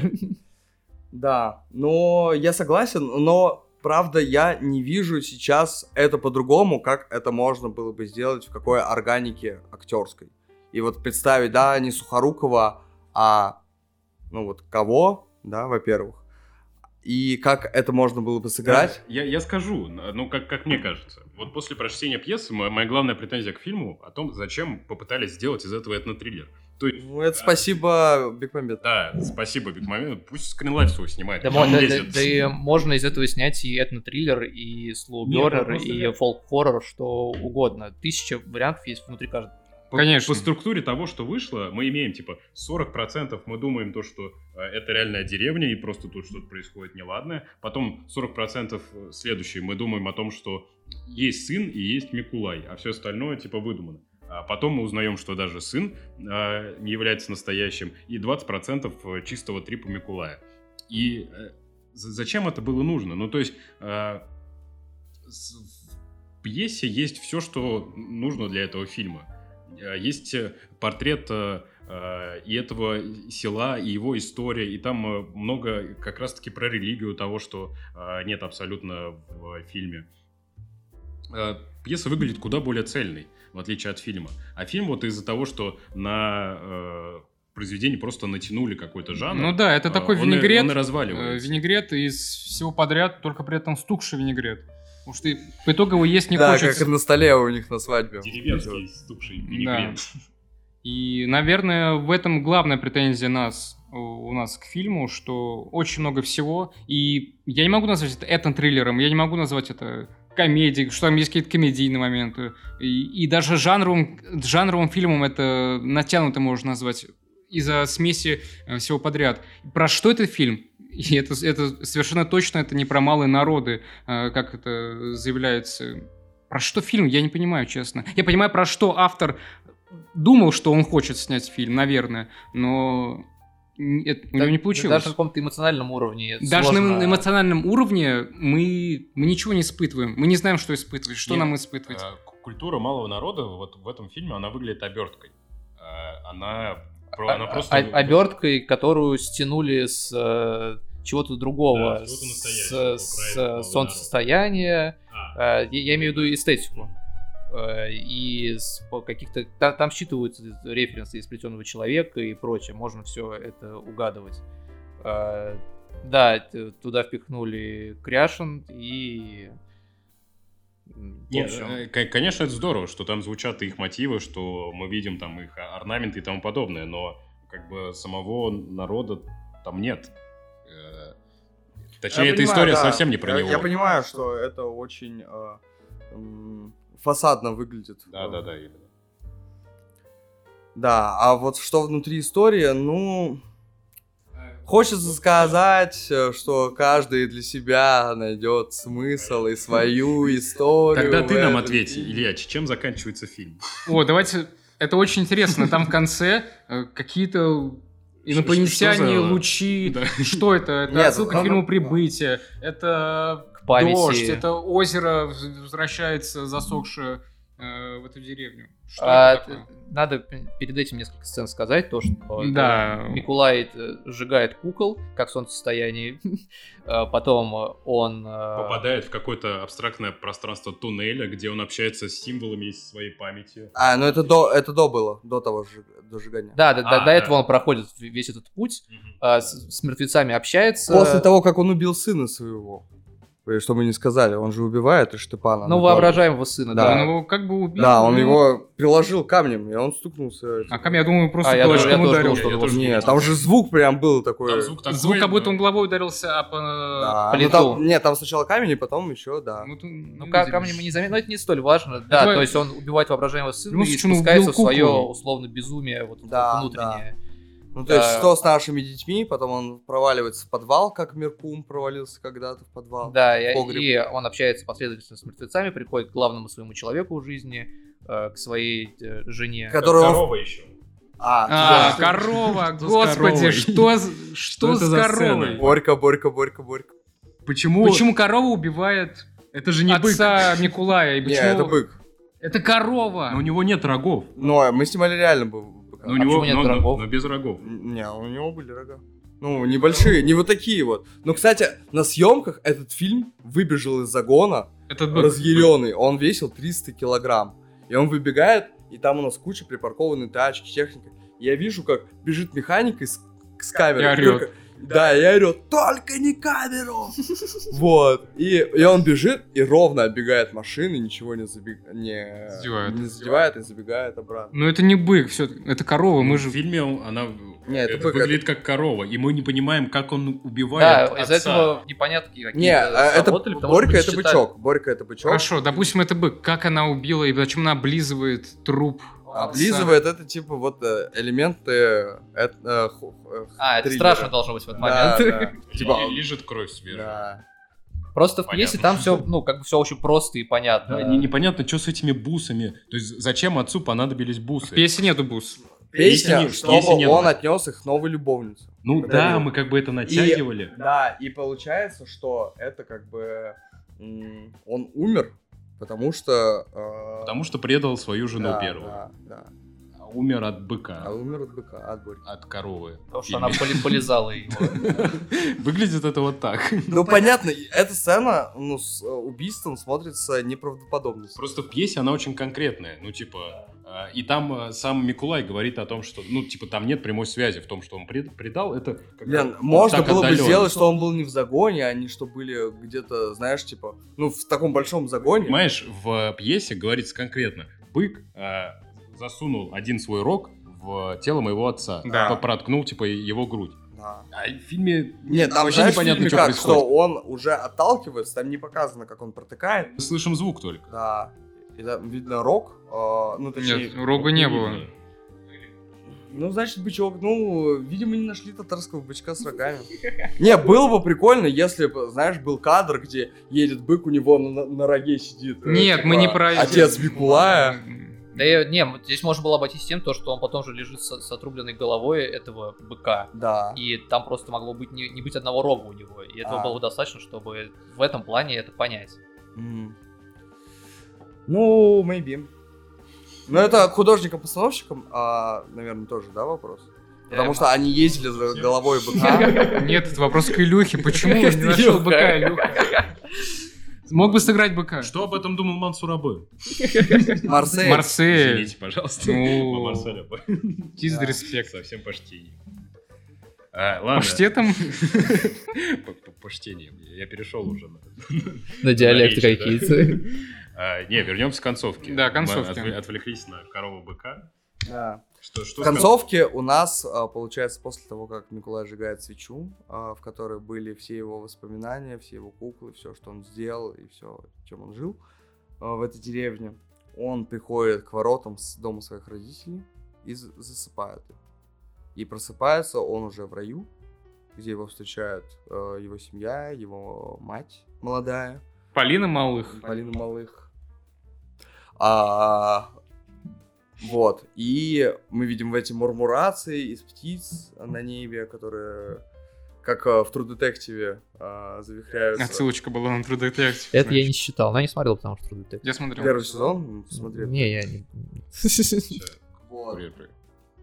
Да, но я согласен, но правда я не вижу сейчас это по-другому, как это можно было бы сделать в какой органике актерской. И вот представить, да, не Сухорукова, а, ну вот кого, да, во-первых, и как это можно было бы сыграть. Я, я скажу, ну, как, как мне кажется. Вот после прочтения пьесы моя, моя главная претензия к фильму о том, зачем попытались сделать из этого этнотриллер. То есть, Ну, это спасибо, Бекмамбет. да, спасибо, Бигмамед, пусть скринлайф свой снимает. Да, где мо- он да- лезет. да- да и можно из этого снять и этнотриллер, и слоу-бернер, Нет, просто и я- фолк-хоррор, что угодно. Тысяча вариантов есть внутри каждого. По, Конечно. по структуре того, что вышло, мы имеем, типа, сорок процентов мы думаем то, что э, это реальная деревня, и просто тут что-то происходит неладное. Потом сорок процентов следующие мы думаем о том, что есть сын и есть Микулай, а все остальное, типа, выдумано. А потом мы узнаем, что даже сын э, не является настоящим, и двадцать процентов чистого трипа Микулая. И э, з- зачем это было нужно? Ну, то есть... э, с- в пьесе есть все, что нужно для этого фильма. Э, Есть э, портрет э, э, и этого села, и его история, и там э, много как раз-таки про религию того, что э, нет абсолютно в э, фильме. Э, Пьеса выглядит куда более цельной, в отличие от фильма. А фильм вот из-за того, что на э, произведение просто натянули какой-то жанр. Ну да, это э, такой он и- винегрет, он и э, разваливается. винегрет из всего подряд, только при этом стукший винегрет. Потому что по итогу его есть не Да, хочется. как на столе у них на свадьбе. Деревенский стукший винегрет. И, наверное, в этом главная претензия нас, у у нас к фильму, что очень много всего, и я не могу назвать это этно-триллером, я не могу назвать это комедией, что там есть какие-то комедийные моменты, и, и даже жанровым, жанровым фильмом это натянуто можно назвать из-за смеси э, всего подряд. Про что этот фильм? И это, это совершенно точно это не про малые народы, э, как это заявляется. Про что фильм? Я не понимаю, честно. Я понимаю, про что автор думал, что он хочет снять фильм, наверное, но н- это у него не получилось. Даже на каком-то эмоциональном уровне. Даже сложно. на эмоциональном уровне мы, мы ничего не испытываем. Мы не знаем, что испытывать, что Нет, нам испытывать. Э, к- Культура малого народа вот в этом фильме, она выглядит оберткой. Э, Она, про- она А- просто... а- оберткой, которую стянули с э, чего-то другого, Да, с чего-то с, настоящего, с, про с это малый солнцестояния. А, Э, я, я имею в виду эстетику. Э, и с по каких-то та- там считываются референсы из «Плетеного человека» и прочее. Можно все это угадывать. Э, да, т- туда впихнули Кряшин и... м, в Нет, общем, э, к- конечно, это здорово, что там звучат их мотивы, что мы видим там их орнаменты и тому подобное, но как бы самого народа там нет. Э, Точнее, Я эта понимаю, история да. совсем не про я, него. Я понимаю, что это очень э, м, фасадно выглядит. Да, да, да, именно. Да, а вот что внутри истории, ну... Хочется сказать, э, что каждый для себя найдет смысл и свою историю. Тогда в ты нам этом ответь, фильме. Илья, чем заканчивается фильм? О, давайте... Это очень интересно. Там в конце э, какие-то инопланетяне, Что за- лучи. Да. Что это? Это Нет, отсылка ну, к фильму ну, «Прибытие». Это К памяти. дождь, это озеро возвращается засохшее. э, в эту деревню. Что А, это такое? Надо п- перед этим несколько сцен сказать, то, что Да. э, Микулай э, сжигает кукол, как в солнцестоянии, А потом э, он... э, Попадает в какое-то абстрактное пространство туннеля, где он общается с символами из своей памяти. А, ну это до, это до было, до того сжиг- до сжигания. Да, до, до- А, до да. этого он проходит весь этот путь, а, с, с мертвецами общается. После того, как он убил сына своего. Э, Что мы не сказали, он же убивает Штепана. Ну, на воображаемого сына, Да. да. Он его как бы убил. Да, он ну, его приложил камнем, и он стукнулся. А камень, я думаю, просто А, я тоже- кулачком я тоже ударил. думал, что Я он тоже его- Нет, там же звук прям был такой. Там звук такой, Звук, как будто но- он головой ударился, а по... Да, по ну, лицу. там- нет, там сначала камень, и потом еще, да. Ну, ты Ну, не ка- видели. камни мы не заметим, но это не столь важно. Да, Это- то есть он убивает воображаемого сына Ну, и слушай, ну, спускается убил в свое куклу. условно безумие вот Да, внутреннее. Ну, то есть, Да. что с нашими детьми, потом он проваливается в подвал, как Меркум провалился когда-то в подвал. Да, и, Погреб. и он общается последовательно с мертвецами, приходит к главному своему человеку в жизни, э, к своей э, жене. Который он- Корова еще. А, А, да. корова, Что с господи, коровой? что, с- что это с за коровой? сцена? Борька, Борька, Борька, Борька. Почему? Почему корова убивает Это же не бык. отца Микулая? И Не, почему- это бык. Это корова. Но у него нет рогов. Но мы снимали реально бы быка. Но у А него почему нет но- но- рогов? но без рогов. Не, у него были рога. Ну, небольшие, не вот такие вот. Ну, кстати, на съемках этот фильм выбежал из загона, Этот бык. разъяренный. Он весил триста килограмм. И он выбегает, и там у нас куча припаркованной тачки, техника. И я вижу, как бежит механик из, с камерой. И орёт. Только- Да, и орет, только не камеру! Вот. И, и он бежит и ровно оббегает машины, ничего не, забег... не... Задевает. не задевает и забегает обратно. Ну это не бык, все, это корова, мы В же... фильме он- она Не, это это бык, выглядит как корова, и мы не понимаем, как он Да, убивает из-за отца. этого непонятно, какие Не, а это сработали, потому что Борька мы это считали- бычок. Борька это бычок. Хорошо, допустим, это бык. Как она убила и зачем она облизывает труп? Облизывает это типа вот э, элементы. э, э, ху- э, А, это триллера. страшно должно быть в этот Да, момент. да. Ли- Типа, лижет кровь свежую. да. Просто в Понятно. пьесе там все, ну, как бы все очень просто и понятно. Да, не- непонятно, что с этими бусами. То есть, зачем отцу понадобились бусы? В пьесе нету бус. Песня, Если не- чтобы если не он было. отнес их новой любовнице. Ну Подарил. да, мы как бы это натягивали. Да, и получается, что это как бы м, он умер, потому что. э, Потому что предал свою жену да, первую. Да, да. А умер от быка. А умер от быка, от Борьки. От коровы. Потому что она поли- полизала его. Выглядит это вот так. Ну понятно, и эта сцена, ну, с э, убийством смотрится неправдоподобно. Просто в пьесе она очень конкретная. Ну, типа, э, и там э, сам Микулай говорит о том, что, ну, типа, там нет прямой связи в том, что он пред- предал. Это как бы Блин, можно так было бы отдаленно. сделать, что он был не в загоне, а не что были где-то, знаешь, типа, ну, в таком большом загоне. Понимаешь, в пьесе говорится конкретно. Бык э, засунул один свой рог в тело моего отца. Да. По- Проткнул, типа, его грудь. Да. А в фильме Нет, там, вообще знаешь, непонятно, в фильме что как, происходит. что он уже отталкивается, там не показано, как он протыкает. Мы слышим звук только. Да. И там видно рог, э, ну, точнее... Нет, рога не было. видно. Ну, значит, бычок, ну, видимо, не нашли татарского бычка с рогами. Не, было бы прикольно, если бы, знаешь, был кадр, где едет бык, у него на, на роге сидит. э, Нет, типа, мы не про... Отец Микулая. Да и, не, вот здесь можно было обойтись тем, то, что он потом же лежит с, с отрубленной головой этого быка. Да. И там просто могло быть не, не быть одного рога у него. И этого А. было бы достаточно, чтобы в этом плане это понять. М. Ну, maybe. Ну, это художникам-постановщикам, а, наверное, тоже, да, вопрос? Потому Эм. что они ездили за головой быка. Нет, это вопрос к Илюхе. Почему он не нашел Илюха. быка, Илюха? Мог бы сыграть быка. Что об этом думал Мансур Абы? Марсель. Марсель. Извините, пожалуйста. Ну, По Марселю Абы. Чист Да. респект. Совсем почтение. А, ладно. Паштетом? По- по- Почтение. Я перешел уже на... На диалекты диалекты какие-то. какие-то. А, не, вернемся к концовке. Да, концовке. Мы отвле- отвлеклись на корову-быка. Да. Что, что В с кон- концовке у нас, а, получается, после того, как Микулай сжигает свечу, а, в которой были все его воспоминания, все его куклы, все, что он сделал и все, чем он жил а, в этой деревне, он приходит к воротам с дома своих родителей и з- засыпает их. И просыпается он уже в раю, где его встречает а, его семья, его мать молодая, Полина Малых. Полина Малых. А, вот. И мы видим в эти мурмурации из птиц на небе, которые как э, в True Detective э, завихряются. Отсылочка была на True Detective. Это знаешь. я не считал, но я не смотрел, потому что True Detective. Я смотрел. Первый сезон смотрел. Не, я не... Вот. Курьер, привет.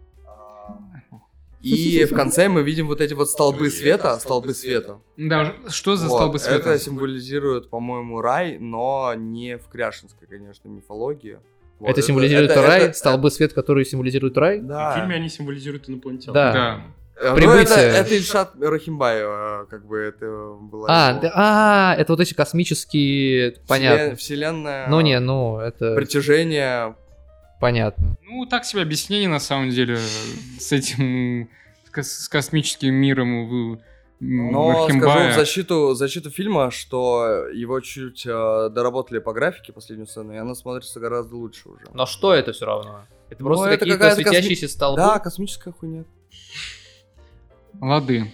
И в конце мы видим вот эти вот столбы света, столбы света. Да, что за Вот. столбы света? Это символизирует, по-моему, рай, но не в кряшинской, конечно, мифологии. Вот. Это символизирует это- рай, это- столбы свет, которые символизируют рай? Да. В фильме они символизируют инопланетян. Да. Да. Э, ну, Прибытие. это, это Ильшат Рахимбаев, э, как бы это было. А, его да, а, это вот эти космические... вселен- Понятно. Вселенная. Ну не, ну, это Притяжение. понятно. Ну, так себе объяснение, на самом деле, с этим, с кос- с космическим миром в Но скажу Архимбая. в защиту, защиту фильма, что его чуть э, доработали по графике последнюю сцену, и она смотрится гораздо лучше уже. Но что это все равно? Это Ну, просто это какие-то какая-то косми- светящиеся столбы? Да, космическая хуйня. Лады.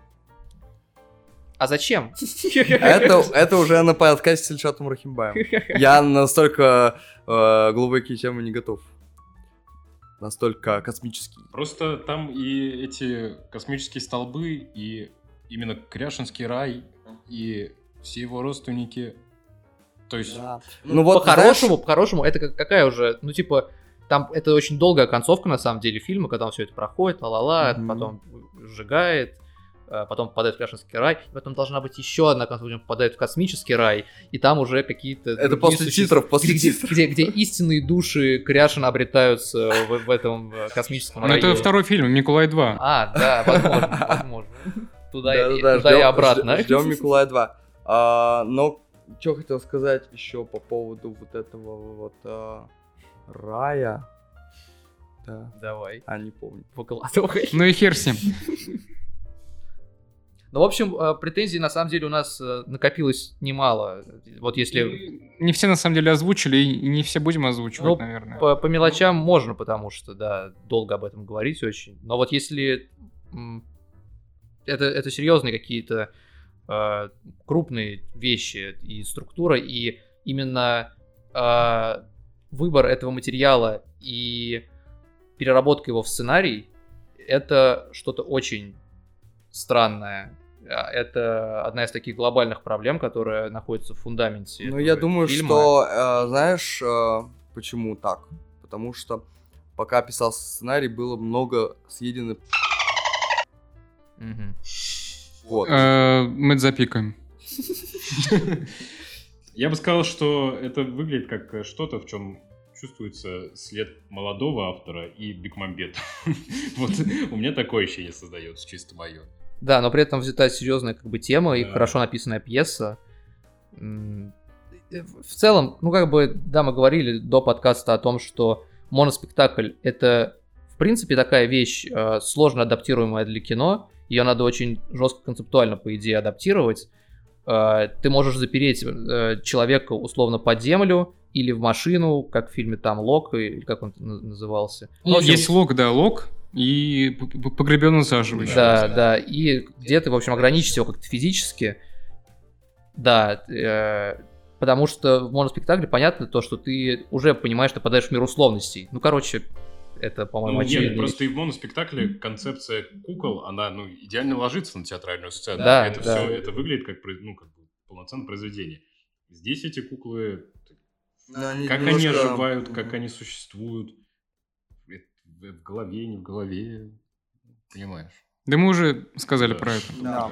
А зачем? Это, это уже на подкасте с Ильшатом Рахимбаем. Я настолько э, глубокие темы не готов. Настолько космические. Просто там и эти космические столбы, и именно Кряшинский рай, и все его родственники. То есть... Ну вот, по-хорошему, по-хорошему, это как- какая уже, ну типа, там это очень долгая концовка на самом деле фильма, когда он все это проходит, ла-ла-ла, Мгм. потом сжигает, э, потом попадает в Кряшинский рай, и потом должна быть еще одна концовка, где он попадает в космический рай, и там уже какие-то... Это другие после существа, титров, после где, титров. Где, где истинные души Кряшина обретаются в, в этом э, космическом Ну, рае. это второй фильм, Николай два. А, да, возможно, возможно. Туда, и, Да-да-да, туда и ждём- обратно. Ждем Миколая два. А, но что хотел сказать еще по поводу вот этого вот а, рая. Да, Давай, а не помню. выкладывай. Ну и хер с ним. Ну, в общем, э, претензий на самом деле у нас э, накопилось немало. Вот если Не все на самом деле озвучили, и не все будем озвучивать, Ну, наверное. по, по мелочам можно, потому что, да, долго об этом говорить очень. Но вот если м, это, это серьезные какие-то э, крупные вещи и структура, и именно э, выбор этого материала и переработка его в сценарий, это что-то очень странное. А, Это одна из таких глобальных проблем, которая находится в фундаменте. Ну, этого я думаю, фильма. что, э, знаешь, э, почему так? Потому что пока писался сценарий, было много съедено... Мгм. Вот. Э, Мы это запикаем. Я бы сказал, что это выглядит как что-то, в чем чувствуется след молодого автора и Бекмамбета. Вот у меня такое ощущение создается, чисто мое. Да, но при этом взята серьезная как бы тема и Да. хорошо написанная пьеса. М, В целом, ну как бы, да, мы говорили до подкаста о том, что моноспектакль — это в принципе такая вещь, э, сложно адаптируемая для кино. Ее надо очень жестко концептуально, по идее, адаптировать. Э, Ты можешь запереть э, человека условно под землю или в машину, как в фильме там «Лок», или как он на- назывался. Ну, в общем, Есть лог, да, лог, и п- п- погребенный заживо еще. Да, да, и где ты, в общем, ограничить его как-то физически. Да, э, потому что в моноспектакле понятно то, что ты уже понимаешь, что попадаешь в мир условностей. Ну, короче, это, по-моему, Ну, очевидно. нет, просто и в моноспектакле концепция кукол, она, ну, идеально ложится на театральную сцену. Да, это да. все, это выглядит как, произ- ну, как бы полноценное произведение. Здесь эти куклы, как они оживают, как они существуют, в, в голове, не в голове, понимаешь? Да мы уже сказали Да. про это. Да.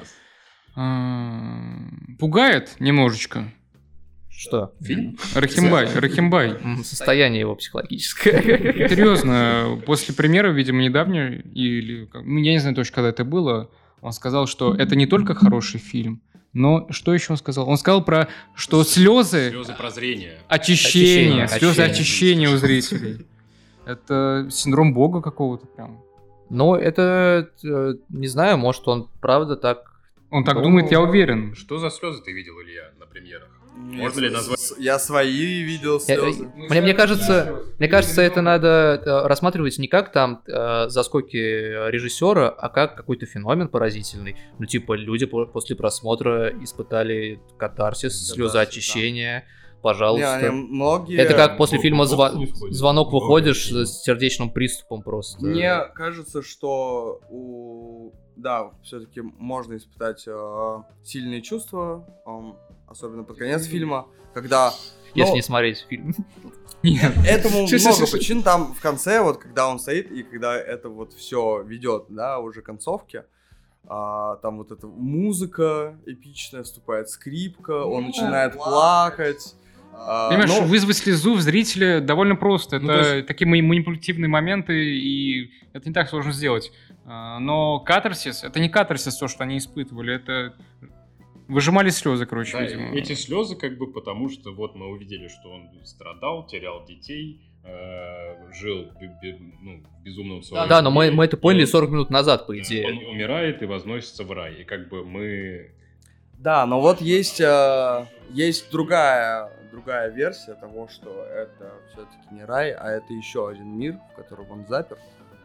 А, Пугает немножечко. Что? Фильм? Рахимбай, Рахимбай. М, Состояние его психологическое. Серьезно, после премьеры, видимо, недавней, или, как- ну, я не знаю точно, когда это было, он сказал, что это не только хороший фильм, но что еще он сказал? Он сказал про, что слезы, Слезы прозрения. очищение, Очищение, слезы очищение. очищения у зрителей. Это синдром бога какого-то прям. Ну, это, э, не знаю, может, он правда так... Он так Ну, думает, я уверен. Что за слезы ты видел, Илья, на премьерах? Нет, Можно ли с- назвать- с- Я свои видел Я- слезы. Мне, мне кажется, мне кажется, это надо э, рассматривать не как там э, заскоки режиссера, а как какой-то феномен поразительный. Ну, типа, люди по- после просмотра испытали катарсис, Катарсис, слезоочищение. пожалуйста. Не, не, многие... Это как после Ну, фильма ну, «Зва- не сходит. «Звонок» Ну, выходишь да. с сердечным приступом просто. Мне кажется, что у... Да, все-таки можно испытать э, сильные чувства, эм, особенно под конец фильма, когда... Если ну, не смотреть фильм. Нет. Этому Ши- ши- много ши- ши. причин. Там в конце, вот когда он стоит, и когда это вот все ведет, да, уже к концовке, а, там вот эта музыка эпичная, вступает скрипка, он начинает плакать. а, Понимаешь, ну, вызвать слезу в зрителя довольно просто. Это Ну, то есть- такие мани- манипулятивные моменты, и это не так сложно сделать. А, Но катарсис, это не катарсис то, что они испытывали, это выжимали слезы, короче, Да, видимо. эти слезы как бы потому, что вот мы увидели, что он страдал, терял детей, э, жил бе- бе- ну, в безумном своем Да, но мы, мире, мы это и поняли он- сорок минут назад, по да, идее. Он умирает и возносится в рай. И как бы мы... Да, но вот есть, э, есть другая, другая версия того, что это все-таки не рай, а это еще один мир, в котором он заперт.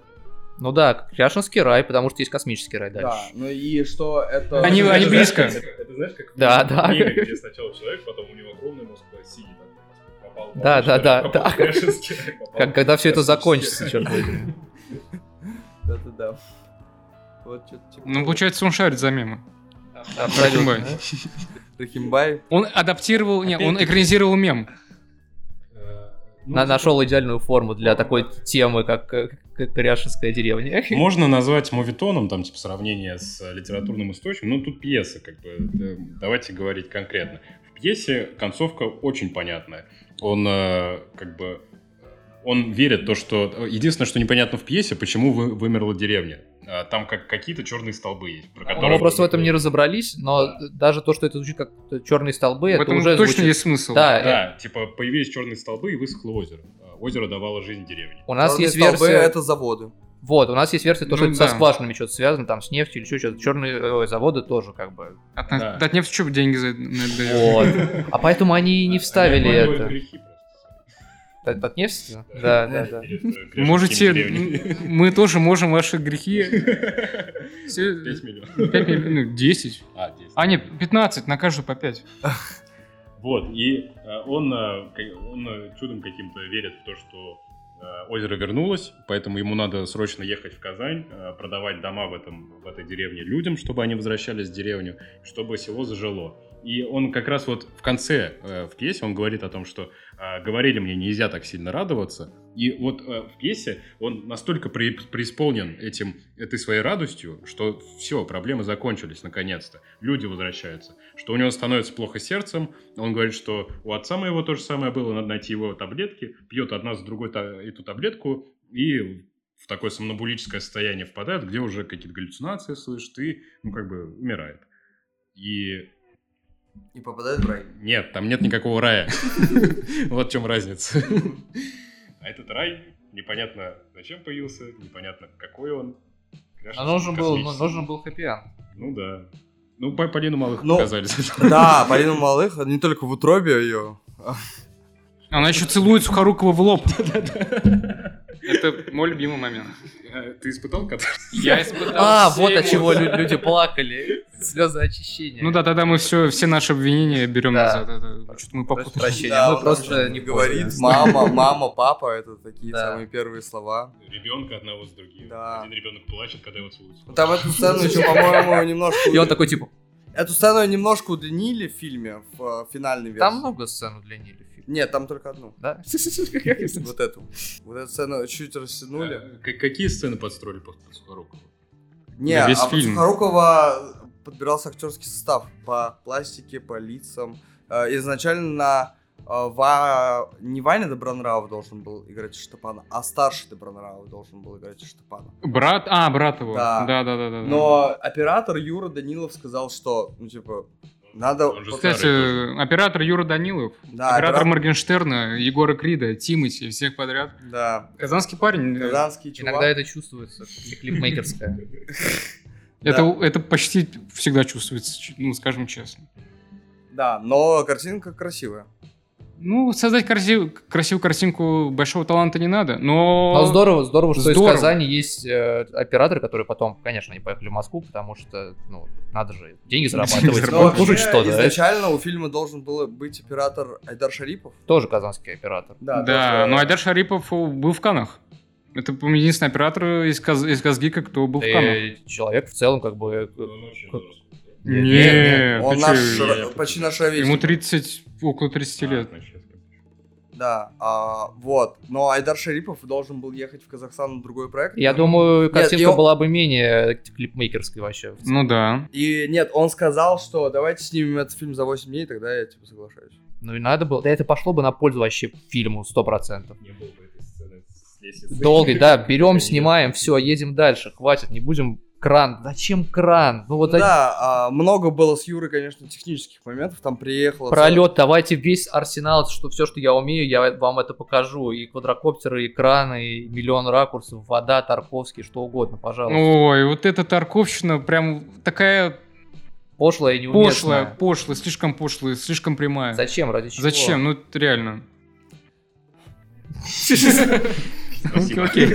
Ну да, Кряшинский рай, потому что есть космический рай Да, дальше. ну и что это... Они- Это они знаешь, близко. Это, это знаешь, как в Да, фильме да. «Мир», где сначала человек, потом у него огромный мозг, синий, там, попал в Да, да, да, попал да. в Кряшинский рай, попал Как, в когда все это космический закончится, рай. черт возьми. Да-да-да. Вот что-то типа Ну, того. получается, он шарит за мемы. Абсолютно. Рахимбай. Рахимбай. Он адаптировал, не, он экранизировал мем. Э, ну, На- Нашел идеальную форму для такой темы, как, э, как Кряшинская деревня. Можно назвать мовитоном, там, типа, сравнение с э, литературным источником, но тут пьеса, как бы, э, давайте говорить конкретно. В пьесе концовка очень понятная. Он, э, как бы, он верит в то, что... Единственное, что непонятно в пьесе, почему вы, вымерла деревня. А, Там как какие-то черные столбы есть, про которые... Мы просто в этом не разобрались, но даже то, что это звучит как черные столбы, В это этом уже точно звучит... есть смысл. Да, Да, типа, появились черные столбы и высохло озеро. А, Озеро давало жизнь деревне. У нас Черные есть столбы — версия... это заводы. Вот, у нас есть версия, то, что Ну это да. со скважинами что-то связано, там, с нефтью или еще что-то. Черные ой, заводы тоже как бы... От, Да. от нефти что деньги за на это даёшь? Вот. А поэтому они и не вставили Они обманывают это. грехи просто. От, от нефти? Да, да, да. Перед, э, грешными Можете, деревнями. мы тоже можем ваши грехи. Все- пять миллионов. пять миллионов, ну, десять. А, десять. А, нет, пятнадцать, на каждую по пять. Вот, и э, он, э, ка- он э, чудом каким-то верит в то, что э, озеро вернулось, поэтому ему надо срочно ехать в Казань, э, продавать дома в, этом, в этой деревне людям, чтобы они возвращались в деревню, чтобы село зажило. И он как раз вот в конце э, в пьесе он говорит о том, что э, говорили мне, нельзя так сильно радоваться. И вот э, в пьесе он настолько при- преисполнен этим, этой своей радостью, что все, проблемы закончились наконец-то. Люди возвращаются. Что у него становится плохо сердцем. Он говорит, что у отца моего то же самое было, надо найти его таблетки. Пьет одна за другой та- эту таблетку и в такое сомнамбулическое состояние впадает, где уже какие-то галлюцинации слышит и, ну, как бы умирает. И И попадает в рай. нет, там нет никакого рая. Вот в чем разница. А этот рай непонятно зачем появился, непонятно какой он. А нужен был, ну, Космический. нужен был хэппи-энд. Ну да. Ну, по Полину Малых Ну, показали. Да, Полина Малых, не только в утробе ее. Она еще целует Сухорукова в лоб. Это мой любимый момент. А, Ты испытал катарсис? Я испытал А, все вот от чего эмоции. лю- люди плакали. Слезы очищения. Ну да, тогда мы все, все наши обвинения берем Да. назад. Это, что-то мы Прошу попутали. прощения, Да, мы он просто там не говорит, поняли. мама, мама, папа, это такие Да. самые первые слова. Ребенка одного с другим. Да. Один ребенок плачет, когда его целуют. Ну, Там эту сцену еще, по-моему, немножко... И он такой, типа, Эту сцену немножко удлинили в фильме, в э, финальной версии. там много сцен удлинили в фильме. Нет, там только одну. Да? Вот эту. Вот эту сцену чуть растянули. А, к- Какие сцены подстроили под под Сухорукову? Не, весь а под фильм. Сухорукова подбирался актерский состав по пластике, по лицам. Э, Изначально на э, Ва- не Ваня Добронравов должен был играть Штепана, а старший Добронравов должен был играть Штепана. Брат, а, брат его. Да. Да, да, да, да. да. Но оператор Юра Данилов сказал, что, ну, типа, надо... Он же Кстати, старый тоже. оператор Юра Данилов, Да, оператор оператор- Моргенштерна, Егора Крида, Тимати, всех подряд. Да, Казанский парень. э, казанский чувак. Иногда это чувствуется, клипмейкерская. Это, это почти всегда чувствуется, ч- ну, скажем честно. Да, но картинка красивая. Ну, создать красив... красивую картинку большого таланта не надо, но... Но здорово, здорово, что Здорово. из Казани есть э, операторы, которые потом, конечно, не поехали в Москву, потому что, ну, надо же деньги зарабатывать. Но Слушать вообще, что, да? изначально у фильма должен был быть оператор Айдар Шарипов. Тоже казанский оператор. Да, Да, тоже- но Айдар Шарипов был в Каннах. Это, по-моему, единственный оператор из, Каз... из Казгика, кто был в Каннах. И человек в целом, как бы... э, Он очень как- взрослый. Нет, Не, нет, Он ты наш, чё? ро- Я почти путаю. наш ровесник. Ему тридцать, около тридцати А, лет. значит, я скажу. Да, а, вот. Но Айдар Шарипов должен был ехать в Казахстан на другой проект. Я Ну, думаю, Нет, картинка и он- была бы менее клипмейкерской вообще. в целом. Ну да. И нет, он сказал, что давайте снимем этот фильм за восемь дней, тогда я типа соглашаюсь. Ну и надо было... Да это пошло бы на пользу вообще фильму, сто процентов. Не было бы этой сцены с лестницей. Долгий, да, берем, Нет. снимаем, все, едем дальше, хватит, не будем кран. Зачем кран? Ну вот Да, а, много было с Юрой, конечно, технических моментов. Там приехало... пролет, давайте весь арсенал, что все, что я умею, я вам это покажу. И квадрокоптеры, и краны, и миллион ракурсов, вода, Тарковский, что угодно, пожалуйста. Ой, вот эта Тарковщина прям такая Пошлая и неуместная. пошлая, пошлая, слишком пошлая, слишком прямая. Зачем? Ради чего? Зачем? Ну, это реально. Спасибо. Окей.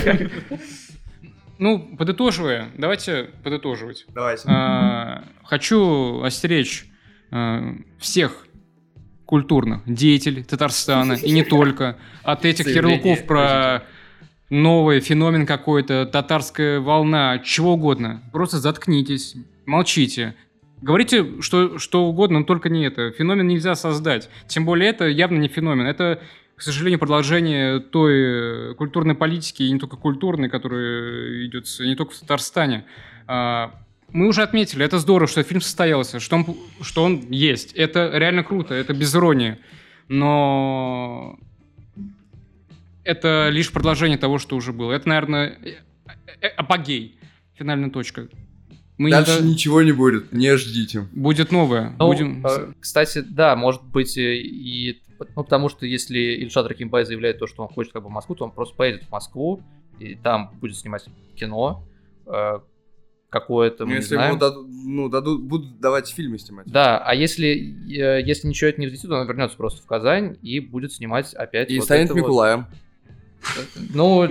Ну, подытоживая, давайте подытоживать. Давайте. А, Хочу остеречь а, всех культурных деятелей Татарстана, и не только, от этих Заявление ярлыков про новый феномен какой-то, татарская волна, чего угодно. Просто заткнитесь, молчите. Говорите что, что угодно, но только не это. Феномен нельзя создать. Тем более это явно не феномен. Это, к сожалению, продолжение той культурной политики, и не только культурной, которая идет с- не только в Татарстане. А, Мы уже отметили, это здорово, что фильм состоялся, что он, что он есть. Это реально круто, это без иронии. Но это лишь продолжение того, что уже было. Это, наверное, э- э- апогей, финальная точка. Мы не Дальше до- ничего не будет, не ждите. Будет новое. Ну, Будем... э, кстати, да, может быть, э, и... Ну, потому что если Ильшат Рахимбай заявляет то, что он хочет как бы в Москву, то он просто поедет в Москву, и там будет снимать кино, э, какое-то, мы Ну, не если знаем. ему дадут, ну, дадут, будут давать фильмы снимать. Да, а если, э, если ничего это не взлетит, он вернется просто в Казань и будет снимать опять И вот станет это вот. Микулаем. Ну,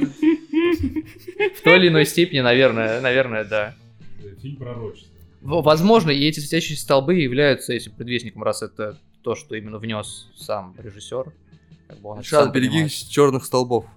в той или иной степени, наверное, наверное, да. Фильм пророчества. В- Возможно, и эти светящиеся столбы являются этим предвестником, раз это то, что именно внес сам режиссер. Как бы он это Сейчас сам понимает. берегись черных столбов.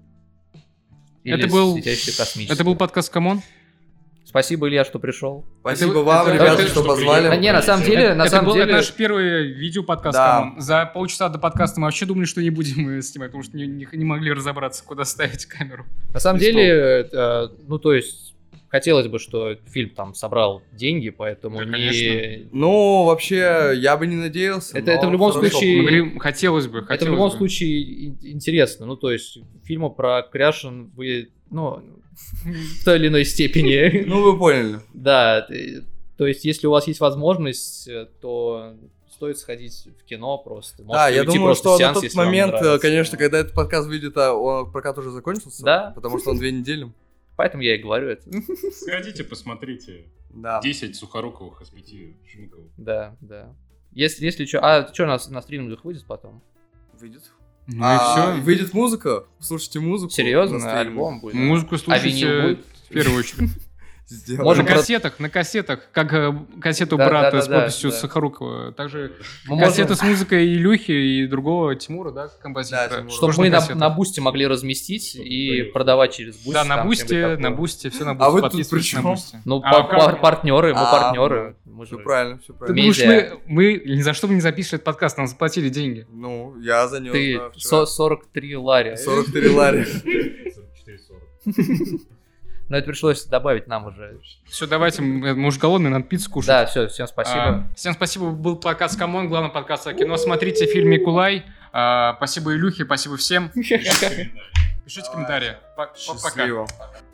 Или Это был- светящиеся космические. Это был подкаст «Камон». Спасибо, Илья, что пришел. Спасибо Это- вам, это- ребята, это- что что позвали. Да не, на самом деле, на это, самом был, деле... это наш первый видеоподкаст Да. «Камон». За полчаса до подкаста мы вообще думали, что не будем э, снимать, потому что не, не- не могли разобраться, куда ставить камеру. На самом И что? деле, э, ну, то есть, хотелось бы, что фильм там собрал деньги, поэтому Да, не... конечно. Ну, вообще, я бы не надеялся. Это- но это в любом хорошо. случае- Мы говорим, хотелось бы, хотелось Это в любом бы. случае ин- интересно. Ну, то есть, фильмы про Кряшин вы, ну, в той или иной степени. Ну, вы поняли. Да, ты- то есть, если у вас есть возможность, э, то стоит сходить в кино просто. Да, Можете я уйти думаю, просто в что на сеанс, тот если вам момент, э, нравится. конечно, когда этот подкаст выйдет, а он, прокат уже закончился. Да. Потому что он две недели. Поэтому я и говорю это. Сходите, посмотрите. Да. десять Сухоруковых из пяти Шмыковых. Да, да. Если, если что... А что, на, на стримингах выйдет потом? Выйдет. Ну А, и все. Выйдет музыка. Слушайте музыку. Серьезно? на стриме. Альбом будет? Музыку А слушайте винил будет? в первую очередь. Сделаем. Можем на про- кассетах, на кассетах, как э, кассету Да, брата да, с да, подписью да. Сахарукова. Также Мы кассеты можем- с музыкой Илюхи и другого Тимура, да, Да, композитора. Тимура. Чтобы Тоже мы на, кассетах. на бусте могли разместить Чтобы и появился. продавать через бусти. Да, на там бусте, что-нибудь на такое. бусте, все на А бусте, вы тут подписывайтесь при на чём? бусте. Ну, А, пар- как- пар- партнеры, мы А, партнеры. Мы Все же- правильно, все Ты правильно. думаешь, Медиа. мы, мы ни за что бы не записывали этот подкаст, нам заплатили деньги. Ну, я занес. Ты да, со- вчера. сорок три лари. сорок три лари. сорок четыре сорок. Но это пришлось добавить нам уже. Все, давайте, мы, мы уже голодные, надо пиццу кушать. Да, все, всем спасибо. А, всем спасибо, был подкаст «Камон», главный подкаст о кино. Смотрите фильм «Микулай». А, спасибо Илюхе, спасибо всем. Пишите комментарии. По- по- Пока. Счастливо. Пока.